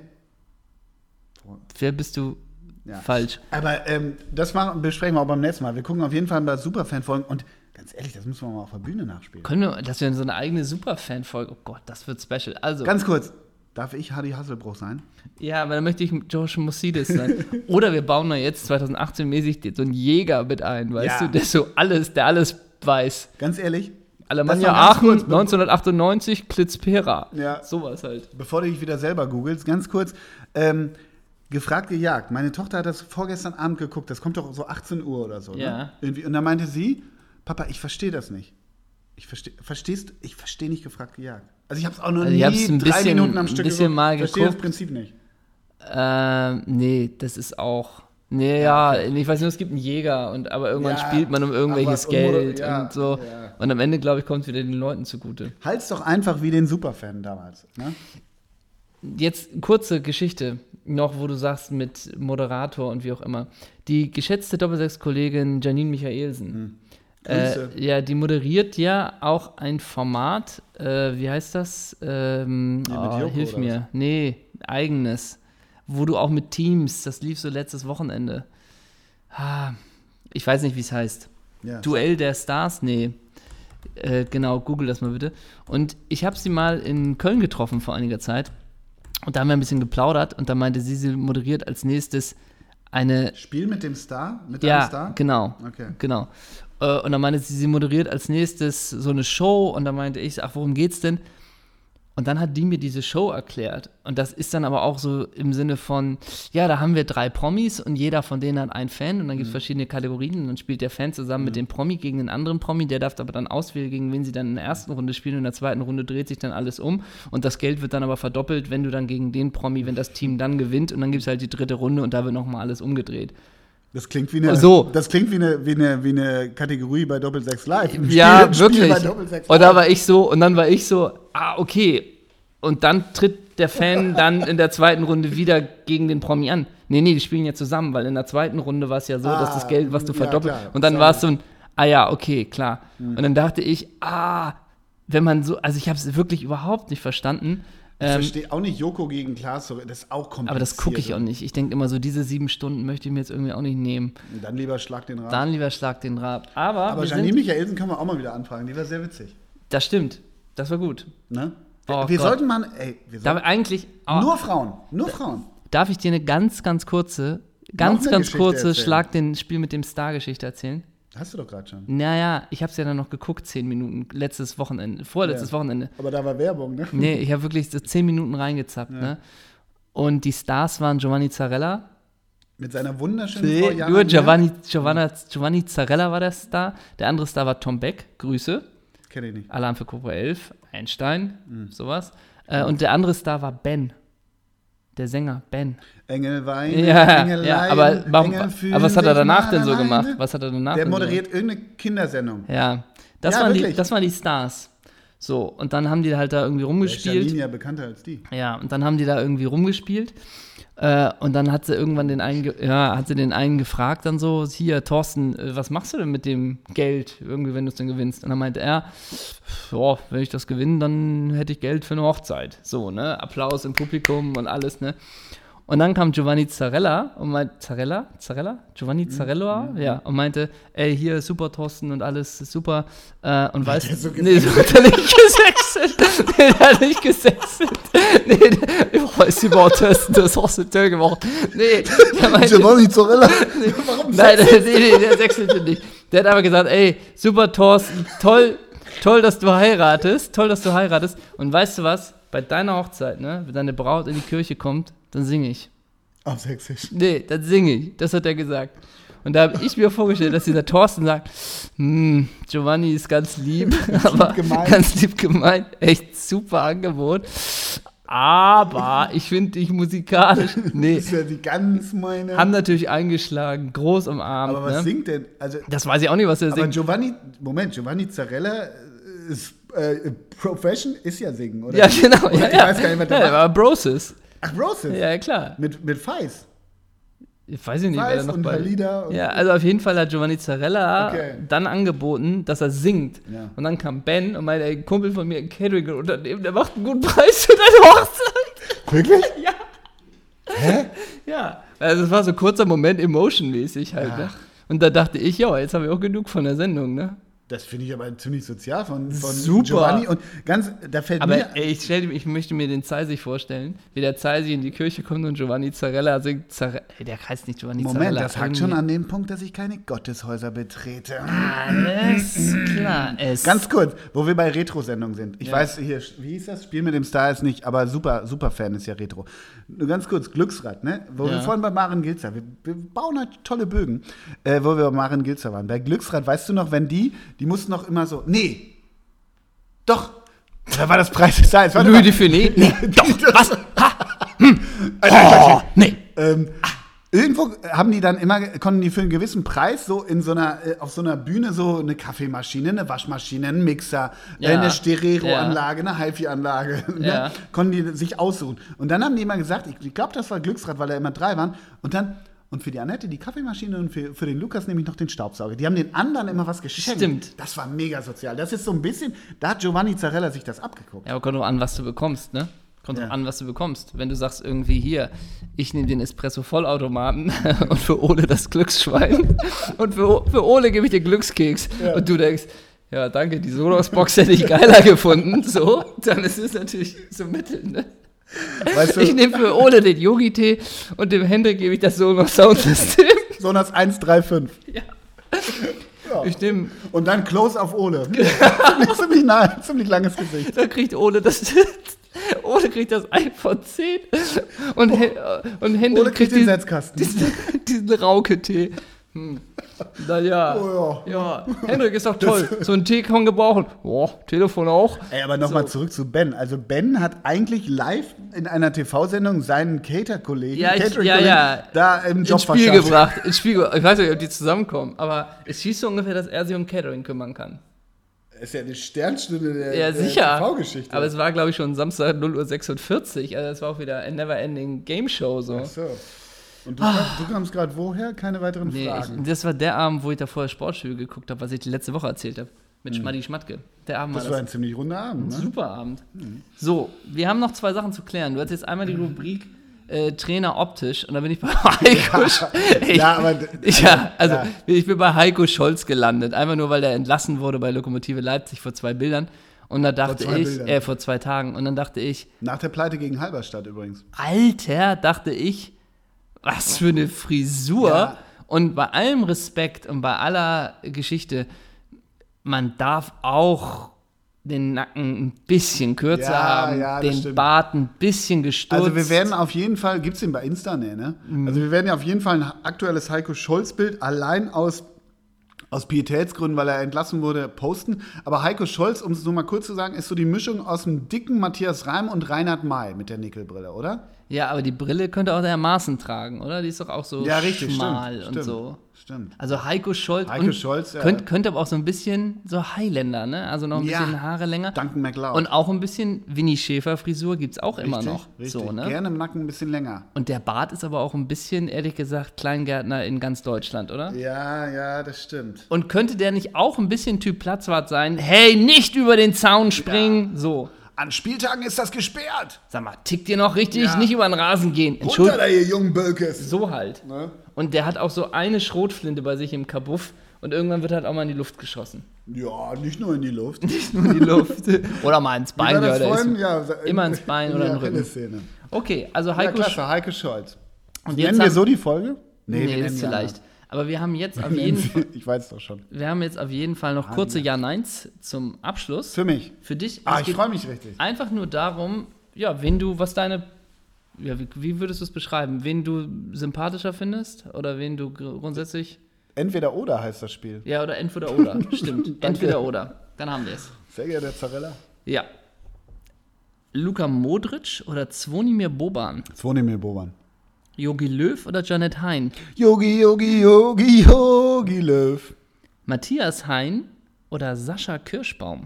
A: Wer bist du?
B: Ja.
A: Falsch.
B: Aber das besprechen wir auch beim nächsten Mal. Wir gucken auf jeden Fall bei Superfan-Folgen und ganz ehrlich, das müssen wir mal auf der Bühne nachspielen.
A: Können wir, dass wir so eine eigene Superfan-Folge. Oh Gott, das wird special. Also.
B: Ganz kurz, darf ich Hardy Hasselbruch sein?
A: Ja, aber dann möchte ich George Musidis sein. Oder wir bauen da jetzt 2018-mäßig so einen Jäger mit ein, weißt
B: Ja.
A: du, der alles weiß.
B: Ganz ehrlich,
A: Alemannia
B: Das noch ganz
A: Aachen,
B: kurz,
A: 1998, Klitzpera.
B: Ja.
A: Sowas halt.
B: bevor du dich wieder selber googelst, ganz kurz, gefragt gejagt. Meine Tochter hat das vorgestern Abend geguckt, das kommt doch so 18 Uhr oder so.
A: Ja.
B: Ne? Irgendwie. Und da meinte sie, Papa, ich verstehe das nicht. Ich verstehe nicht gefragt gejagt. Also ich habe es auch noch
A: Also ich hab's
B: nie
A: ein
B: 3
A: bisschen-
B: Minuten am Stück
A: ein bisschen mal
B: Ich verstehe das
A: geguckt.
B: Prinzip nicht.
A: Nee, das ist auch. Nee, ja, ich weiß nur, es gibt einen Jäger, aber irgendwann
B: Ja,
A: spielt man um irgendwelches
B: aber es-
A: Geld
B: ja,
A: und so.
B: ja.
A: Und am Ende, glaube ich, kommt es wieder den Leuten zugute.
B: Halt's doch einfach wie den Superfan damals. Ne?
A: Jetzt kurze Geschichte noch, wo du sagst mit Moderator und wie auch immer. Die geschätzte Doppelsechs-Kollegin Janine Michaelsen,
B: Grüße.
A: ja, die moderiert ja auch ein Format, wie heißt das?
B: Joko
A: Hilf
B: oder
A: mir. Nee, eigenes. Wo du auch mit Teams, das lief so letztes Wochenende. Ich weiß nicht, wie es heißt.
B: Ja.
A: Duell der Stars? Nee. Genau, google das mal bitte. Und ich habe sie mal in Köln getroffen vor einiger Zeit. Und da haben wir ein bisschen geplaudert. Und da meinte sie moderiert als nächstes eine...
B: Spiel mit dem Star? Mit einem Star?
A: Ja, genau.
B: Okay.
A: Genau. Und dann meinte sie moderiert als nächstes so eine Show. Und da meinte ich, ach, worum geht's denn? Und dann hat die mir diese Show erklärt. Und das ist dann aber auch so im Sinne von, ja, da haben wir 3 Promis und jeder von denen hat einen Fan und dann gibt es verschiedene Kategorien und dann spielt der Fan zusammen mit dem Promi gegen den anderen Promi, der darf aber dann auswählen, gegen wen sie dann in der ersten Runde spielen und in der zweiten Runde dreht sich dann alles um und das Geld wird dann aber verdoppelt, wenn du dann gegen den Promi, wenn das Team dann gewinnt und dann gibt es halt die 3. Runde und da wird nochmal alles umgedreht.
B: Das klingt wie eine, wie eine Kategorie bei Doppel-6 Live.
A: Ja, wirklich. Und dann war ich so, okay. Und dann tritt der Fan dann in der zweiten Runde wieder gegen den Promi an. Nee, die spielen ja zusammen, weil in der zweiten Runde war es ja so, dass das Geld, was du verdoppelt. Klar, und dann war es so ein, okay, klar. Und dann dachte ich, wenn man so, also ich habe es wirklich überhaupt nicht verstanden.
B: Ich verstehe auch nicht Joko gegen Klaas, das ist auch kompliziert.
A: Aber das gucke ich auch nicht. Ich denke immer so, diese 7 Stunden möchte ich mir jetzt irgendwie auch nicht nehmen.
B: Dann lieber Schlag den Rab.
A: Aber
B: Janine Michaelsen können wir auch mal wieder anfragen, die war sehr witzig.
A: Das stimmt, das war gut.
B: Ne? Sollten nur Frauen.
A: Darf ich dir eine ganz kurze Spiel mit dem Star-Geschichte erzählen?
B: Hast du doch gerade schon.
A: Naja, ich habe es ja dann noch geguckt, 10 Minuten, vorletztes Wochenende.
B: Aber da war Werbung, ne?
A: Nee, ich habe wirklich so 10 Minuten reingezappt, ne? Und die Stars waren Giovanni Zarella.
B: Mit seiner wunderschönen Frau Jana.
A: Nur Giovanni Zarella war der Star. Der andere Star war Tom Beck, Grüße.
B: Kenn ich nicht.
A: Alarm für Cobra 11, Einstein, sowas. Und der andere Star war Ben. Der Sänger, Ben.
B: Engel weinen,
A: Engel leiden, aber was hat er danach denn so gemacht?
B: Der moderiert irgendeine Kindersendung.
A: Ja, das waren die Stars. So, und dann haben die halt da irgendwie rumgespielt.
B: Der ist ja bekannter als die.
A: Ja, und dann haben die da irgendwie rumgespielt. Und dann hat sie irgendwann den einen gefragt, dann so, hier, Thorsten, was machst du denn mit dem Geld, irgendwie, wenn du es dann gewinnst? Und dann meinte er, wenn ich das gewinne, dann hätte ich Geld für eine Hochzeit. So, ne, Applaus im Publikum und alles, ne. Und dann kam Giovanni Zarella und meinte, Giovanni Zarella, ja, und meinte, ey, hier, super Thorsten und alles ist super. Und weißt du, so hat er nicht gesächselt. Ist überhaupt das Hospital gemacht. Nee, der meinte,
B: Giovanni Zarella?
A: Warum der sechselte nicht. Der hat aber gesagt, ey, super Thorsten, toll, dass du heiratest. Und weißt du was? Bei deiner Hochzeit, ne, wenn deine Braut in die Kirche kommt, dann singe ich.
B: Auf Sächsisch.
A: Nee, dann singe ich. Das hat er gesagt. Und da habe ich mir vorgestellt, dass dieser Thorsten sagt, Giovanni ist ganz lieb, aber ganz lieb gemeint, echt super Angebot. Aber ich finde dich musikalisch. Nee.
B: Das ist ja die ganz meine.
A: Haben natürlich eingeschlagen, groß umarmt.
B: Aber was singt denn? Also,
A: das weiß ich auch nicht, was er singt.
B: Aber Giovanni Zarella ist Profession ist ja singen, oder?
A: Ja, genau.
B: Oder ich weiß gar nicht, was der macht.
A: Aber Brosis.
B: Ach, Brosis?
A: Ja, klar.
B: Mit Feis?
A: Ich weiß nicht,
B: wer da noch bei ist.
A: Ja, also auf jeden Fall hat Giovanni Zarella dann angeboten, dass er singt. Ja. Und dann kam Ben und meinte, ein Kumpel von mir ein Catering-Unternehmen, der macht einen guten Preis für deine Hochzeit.
B: Wirklich?
A: Ja.
B: Hä?
A: Ja. Also es war so ein kurzer Moment emotionmäßig halt. Ne? Und da dachte ich, jetzt habe ich auch genug von der Sendung, ne?
B: Das finde ich aber ziemlich sozial von
A: Super.
B: Giovanni. Und da fällt mir...
A: Aber ich möchte mir den Zeisig vorstellen, wie der Zeisig in die Kirche kommt und Giovanni Zarella singt. Der heißt nicht Giovanni Zarella.
B: Moment, das hakt schon an dem Punkt, dass ich keine Gotteshäuser betrete.
A: Alles klar.
B: Ganz kurz, wo wir bei Retro-Sendungen sind. Ich weiß, hier, wie hieß das? Spiel mit dem Star ist nicht, aber super Fan ist ja Retro. Nur ganz kurz, Glücksrad, ne? Wo wir vorhin bei Maren Gilzer, wir bauen halt tolle Bögen, wo wir bei Maren Gilzer waren. Bei Glücksrad, weißt du noch, wenn die mussten noch immer so, nee, doch, oder war das Preis des Tages?
A: Louis de Funès? Nee, doch, was? Nee.
B: Irgendwo haben die dann immer, konnten die für einen gewissen Preis so auf so einer Bühne so eine Kaffeemaschine, eine Waschmaschine, einen Mixer, eine Stereo-Anlage, eine HiFi-Anlage, ne? Konnten die sich aussuchen. Und dann haben die immer gesagt, ich glaube, das war Glücksrad, weil da immer 3 waren, und für die Annette die Kaffeemaschine und für den Lukas nämlich noch den Staubsauger. Die haben den anderen immer was geschenkt.
A: Stimmt.
B: Das war mega sozial. Das ist so ein bisschen, da hat Giovanni Zarella sich das abgeguckt.
A: Ja, aber kommt doch an, was du bekommst, ne? Kommt doch an, was du bekommst. Wenn du sagst irgendwie hier, ich nehme den Espresso-Vollautomaten und für Ole das Glücksschwein und für Ole gebe ich den Glückskeks und du denkst, ja, danke, die Sonos-Box hätte ich geiler gefunden, so, dann ist es natürlich so mittel, ne? Weißt du, ich nehme für Ole den Yogi-Tee und dem Hendrik gebe ich das Sonos-Soundsystem.
B: Sonos 135.
A: Ja.
B: Ich nehme. Und dann Close auf Ole. ziemlich langes Gesicht.
A: Da kriegt Ole das. Ole kriegt das iPhone 10 und Hendrik
B: Ole kriegt den Setzkasten.
A: diesen Rauke-Tee. Naja, ja, Hendrik ist doch toll. So ein Tee kann man gebrauchen. Telefon auch.
B: Ey, aber nochmal zurück zu Ben. Also Ben hat eigentlich live in einer TV-Sendung seinen Cater-Kollegen, da im Job
A: ins Spiel gebracht. Ich weiß nicht, ob die zusammenkommen, aber es hieß so ungefähr, dass er sich um Catering kümmern kann.
B: Ist ja eine Sternstunde der
A: sicher.
B: TV-Geschichte.
A: Aber es war, glaube ich, schon Samstag 0:46 Uhr. Also es war auch wieder eine Never-Ending Game-Show. So.
B: Ach so. Und du kamst gerade woher? Keine weiteren Fragen.
A: Das war der Abend, wo ich da vorher Sportstudio geguckt habe, was ich die letzte Woche erzählt habe. Mit Schmaddi Schmatke. Der Abend
B: das war ein ziemlich runder Abend, ne?
A: Super Abend. So, wir haben noch 2 Sachen zu klären. Du hast jetzt einmal die Rubrik Trainer optisch und da bin ich bei Heiko ich bin bei Heiko Scholz gelandet. Einfach nur, weil der entlassen wurde bei Lokomotive Leipzig vor 2 Bildern. Und da dachte vor 2 Tagen. Und dann dachte ich.
B: Nach der Pleite gegen Halberstadt übrigens.
A: Alter, dachte ich, was für eine Frisur. Ja. Und bei allem Respekt und bei aller Geschichte, man darf auch den Nacken ein bisschen kürzer haben, den stimmt. Bart ein bisschen gestutzt.
B: Also wir werden auf jeden Fall, gibt's den bei Insta, ne? Also wir werden ja auf jeden Fall ein aktuelles Heiko Scholz-Bild allein aus Pietätsgründen, weil er entlassen wurde, posten. Aber Heiko Scholz, um es nur mal kurz zu sagen, ist so die Mischung aus dem dicken Matthias Reim und Reinhard May mit der Nickelbrille, oder?
A: Ja, aber die Brille könnte auch der Maaßen tragen, oder? Die ist doch auch so schmal und so.
B: Stimmt.
A: Also Heiko Scholz könnte aber auch so ein bisschen so Highlander, ne? Also noch ein bisschen Haare länger.
B: Duncan MacLeod.
A: Und auch ein bisschen Winnie Schäfer-Frisur gibt's auch immer noch.
B: Richtig.
A: So, ne?
B: Gerne im Nacken ein bisschen länger.
A: Und der Bart ist aber auch ein bisschen, ehrlich gesagt, Kleingärtner in ganz Deutschland, oder?
B: Ja, das stimmt.
A: Und könnte der nicht auch ein bisschen Typ Platzwart sein? Hey, nicht über den Zaun springen! Ja. So.
B: An Spieltagen ist das gesperrt.
A: Sag mal, tickt ihr noch richtig? Ja. Nicht über den Rasen gehen.
B: Runter da, ihr jungen Bölkes.
A: So halt. Ne? Und der hat auch so eine Schrotflinte bei sich im Kabuff und irgendwann wird halt auch mal in die Luft geschossen.
B: Ja, nicht nur in die Luft.
A: Nicht nur in die Luft. Oder mal ins Bein. Immer ins Bein oder in den Rücken.
B: Szene.
A: Okay, also Heiko
B: Scholz.
A: Und
B: nennen wir so die Folge?
A: Nee, das ist zu leicht. Aber wir haben jetzt auf jeden Fall.
B: Ich weiß doch schon.
A: Wir haben jetzt auf jeden Fall noch kurze Ja-Neins zum Abschluss.
B: Für mich.
A: Für dich.
B: Ich freue mich richtig.
A: Einfach nur darum, wie würdest du es beschreiben? Wen du sympathischer findest? Oder wen du grundsätzlich.
B: Entweder oder heißt das Spiel.
A: Ja, oder entweder oder. Stimmt. Entweder oder. Dann haben wir es.
B: Sehr geehrter Herr Zarella.
A: Ja. Luka Modric oder Zvonimir Boban?
B: Zvonimir Boban.
A: Jogi Löw oder Janet Hein?
B: Jogi Löw.
A: Matthias Hein oder Sascha Kirschbaum?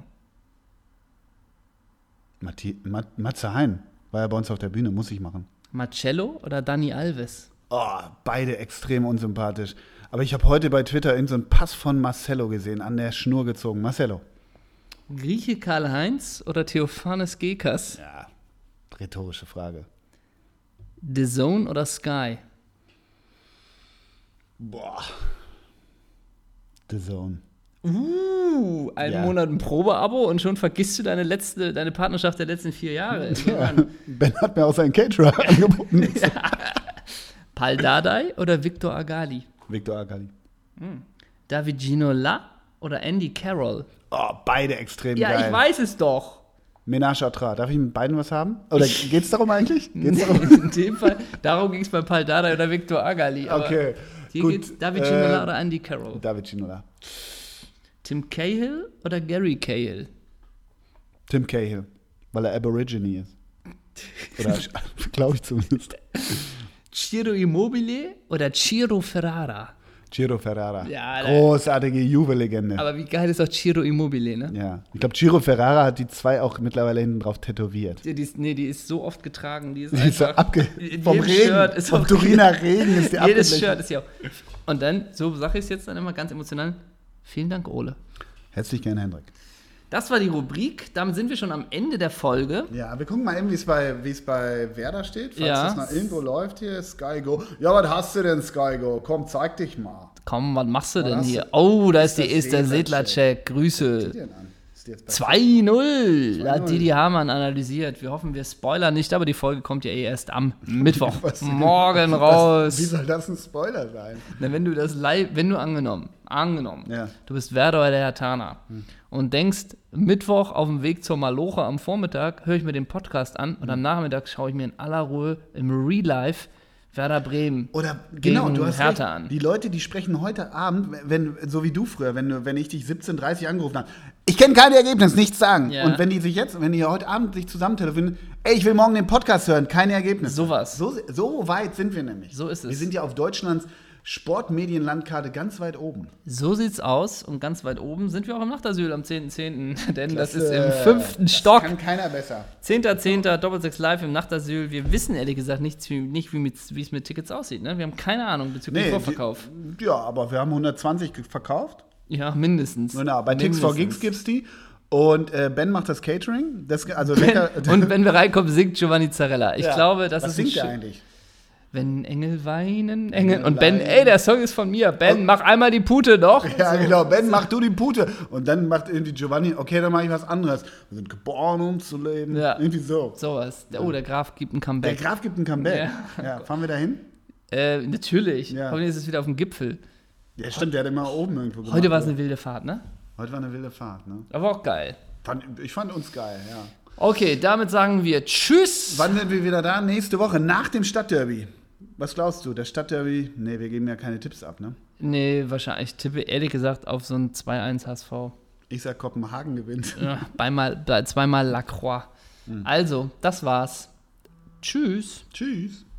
B: Matze Hein war ja bei uns auf der Bühne, muss ich machen.
A: Marcello oder Dani Alves?
B: Oh, beide extrem unsympathisch. Aber ich habe heute bei Twitter so einen Pass von Marcelo gesehen, an der Schnur gezogen. Marcelo.
A: Grieche Karl-Heinz oder Theophanes Gekas?
B: Ja, rhetorische Frage.
A: The Zone oder Sky?
B: The Zone.
A: Einen Monat ein Probeabo und schon vergisst du deine Partnerschaft der letzten 4 Jahre.
B: Ja, Ben hat mir auch seinen Caterer angeboten.
A: Ja. Pal Dardai oder Victor Agali?
B: Victor Agali.
A: David Ginola oder Andy Carroll?
B: Oh, beide extrem geil.
A: Ja, ich weiß es doch.
B: Ménage à trois. Darf ich mit beiden was haben? Oder geht's darum eigentlich?
A: In dem Fall, darum ging es bei Pal Dardai oder Victor Agali.
B: Okay,
A: hier geht's David Ginola oder Andy Carroll?
B: David Ginola.
A: Tim Cahill oder Gary Cahill?
B: Tim Cahill, weil er Aborigine ist. Oder glaube ich zumindest.
A: Ciro Immobile oder Ciro Ferrara?
B: Ciro Ferrara.
A: Ja,
B: großartige Juve-Legende.
A: Aber wie geil ist auch Ciro Immobile, ne?
B: Ja. Ich glaube, Ciro Ferrara hat die 2 auch mittlerweile hinten drauf tätowiert.
A: Die ist so oft getragen. Die ist
B: so vom Regen. Vom Turiner Regen ist die abgeblecht.
A: Jedes Shirt ist ja auch. Und dann, so sage ich es jetzt dann immer ganz emotional, vielen Dank, Ole.
B: Herzlich gerne, Hendrik.
A: Das war die Rubrik. Damit sind wir schon am Ende der Folge.
B: Ja, wir gucken mal eben, wie es bei Werder steht. Falls das noch irgendwo läuft hier. Sky Go. Ja, was hast du denn, Sky Go? Komm, zeig dich mal.
A: Komm, was machst du denn hier? Oh, da ist der Sedlacek. Grüße.
B: ist jetzt passiert?
A: 2-0 hat Didi Hamann analysiert. Wir hoffen, wir spoilern nicht, aber die Folge kommt ja erst am Mittwoch. Morgen raus.
B: Wie soll das ein Spoiler sein?
A: Na, wenn du angenommen,
B: Ja.
A: du bist Werder oder Herthaner und denkst, Mittwoch auf dem Weg zur Maloche am Vormittag höre ich mir den Podcast an und am Nachmittag schaue ich mir in aller Ruhe im Real Life Werder Bremen
B: Oder genau,
A: gegen
B: du hast
A: Hertha
B: recht.
A: an.
B: Die Leute, die sprechen heute Abend, so wie du früher, wenn ich dich 17:30 Uhr angerufen habe, ich kenne kein Ergebnis, nichts sagen.
A: Ja.
B: Und wenn die heute Abend sich zusammen telefonieren, ey, ich will morgen den Podcast hören, keine Ergebnisse.
A: Sowas.
B: So weit sind wir nämlich.
A: So ist es.
B: Wir sind ja auf Deutschlands Sportmedienlandkarte ganz weit oben.
A: So sieht's aus und ganz weit oben sind wir auch im Nachtasyl am 10.10., denn das
B: Klasse.
A: ist im 5. Stock.
B: Kann keiner besser.
A: 10.10. Doppelsechs live im Nachtasyl. Wir wissen ehrlich gesagt nicht, wie es mit Tickets aussieht. Ne? Wir haben keine Ahnung bezüglich Vorverkauf.
B: Ja, aber wir haben 120 verkauft.
A: Ja, mindestens.
B: Genau, bei Tix for Gigs gibt's die. Und Ben macht das Catering.
A: Und wenn wir reinkommen, singt Giovanni Zarella. Ich glaube, das
B: was
A: ist
B: singt der eigentlich?
A: Wenn Engel weinen, Engel. Und Ben, ey, der Song ist von mir. Ben, mach einmal die Pute noch.
B: Ja,
A: So.
B: genau. Ben, mach du die Pute. Und dann macht irgendwie Giovanni, okay, dann mache ich was anderes. Wir sind geboren, um zu leben.
A: Ja.
B: Irgendwie so.
A: Sowas. Oh, der Graf gibt ein
B: Der
A: Comeback.
B: Graf gibt ein Comeback. Ja. Fahren wir da hin?
A: Natürlich.
B: Ja.
A: Hoffentlich ist es wieder auf dem Gipfel.
B: Ja, stimmt, der hat immer oben irgendwo gemacht.
A: Heute war es eine wilde Fahrt, ne?
B: Heute war eine wilde Fahrt, ne?
A: Aber auch geil.
B: Ich fand uns geil, ja.
A: Okay, damit sagen wir Tschüss.
B: Wann sind wir wieder da? Nächste Woche, nach dem Stadtderby. Was glaubst du? Das Stadtderby? Nee, wir geben ja keine Tipps ab, ne?
A: Nee, wahrscheinlich. Ich tippe ehrlich gesagt auf so ein 2-1 HSV.
B: Ich sag, Kopenhagen gewinnt.
A: Ja, zweimal Lacroix. Also, das war's. Tschüss.
B: Tschüss.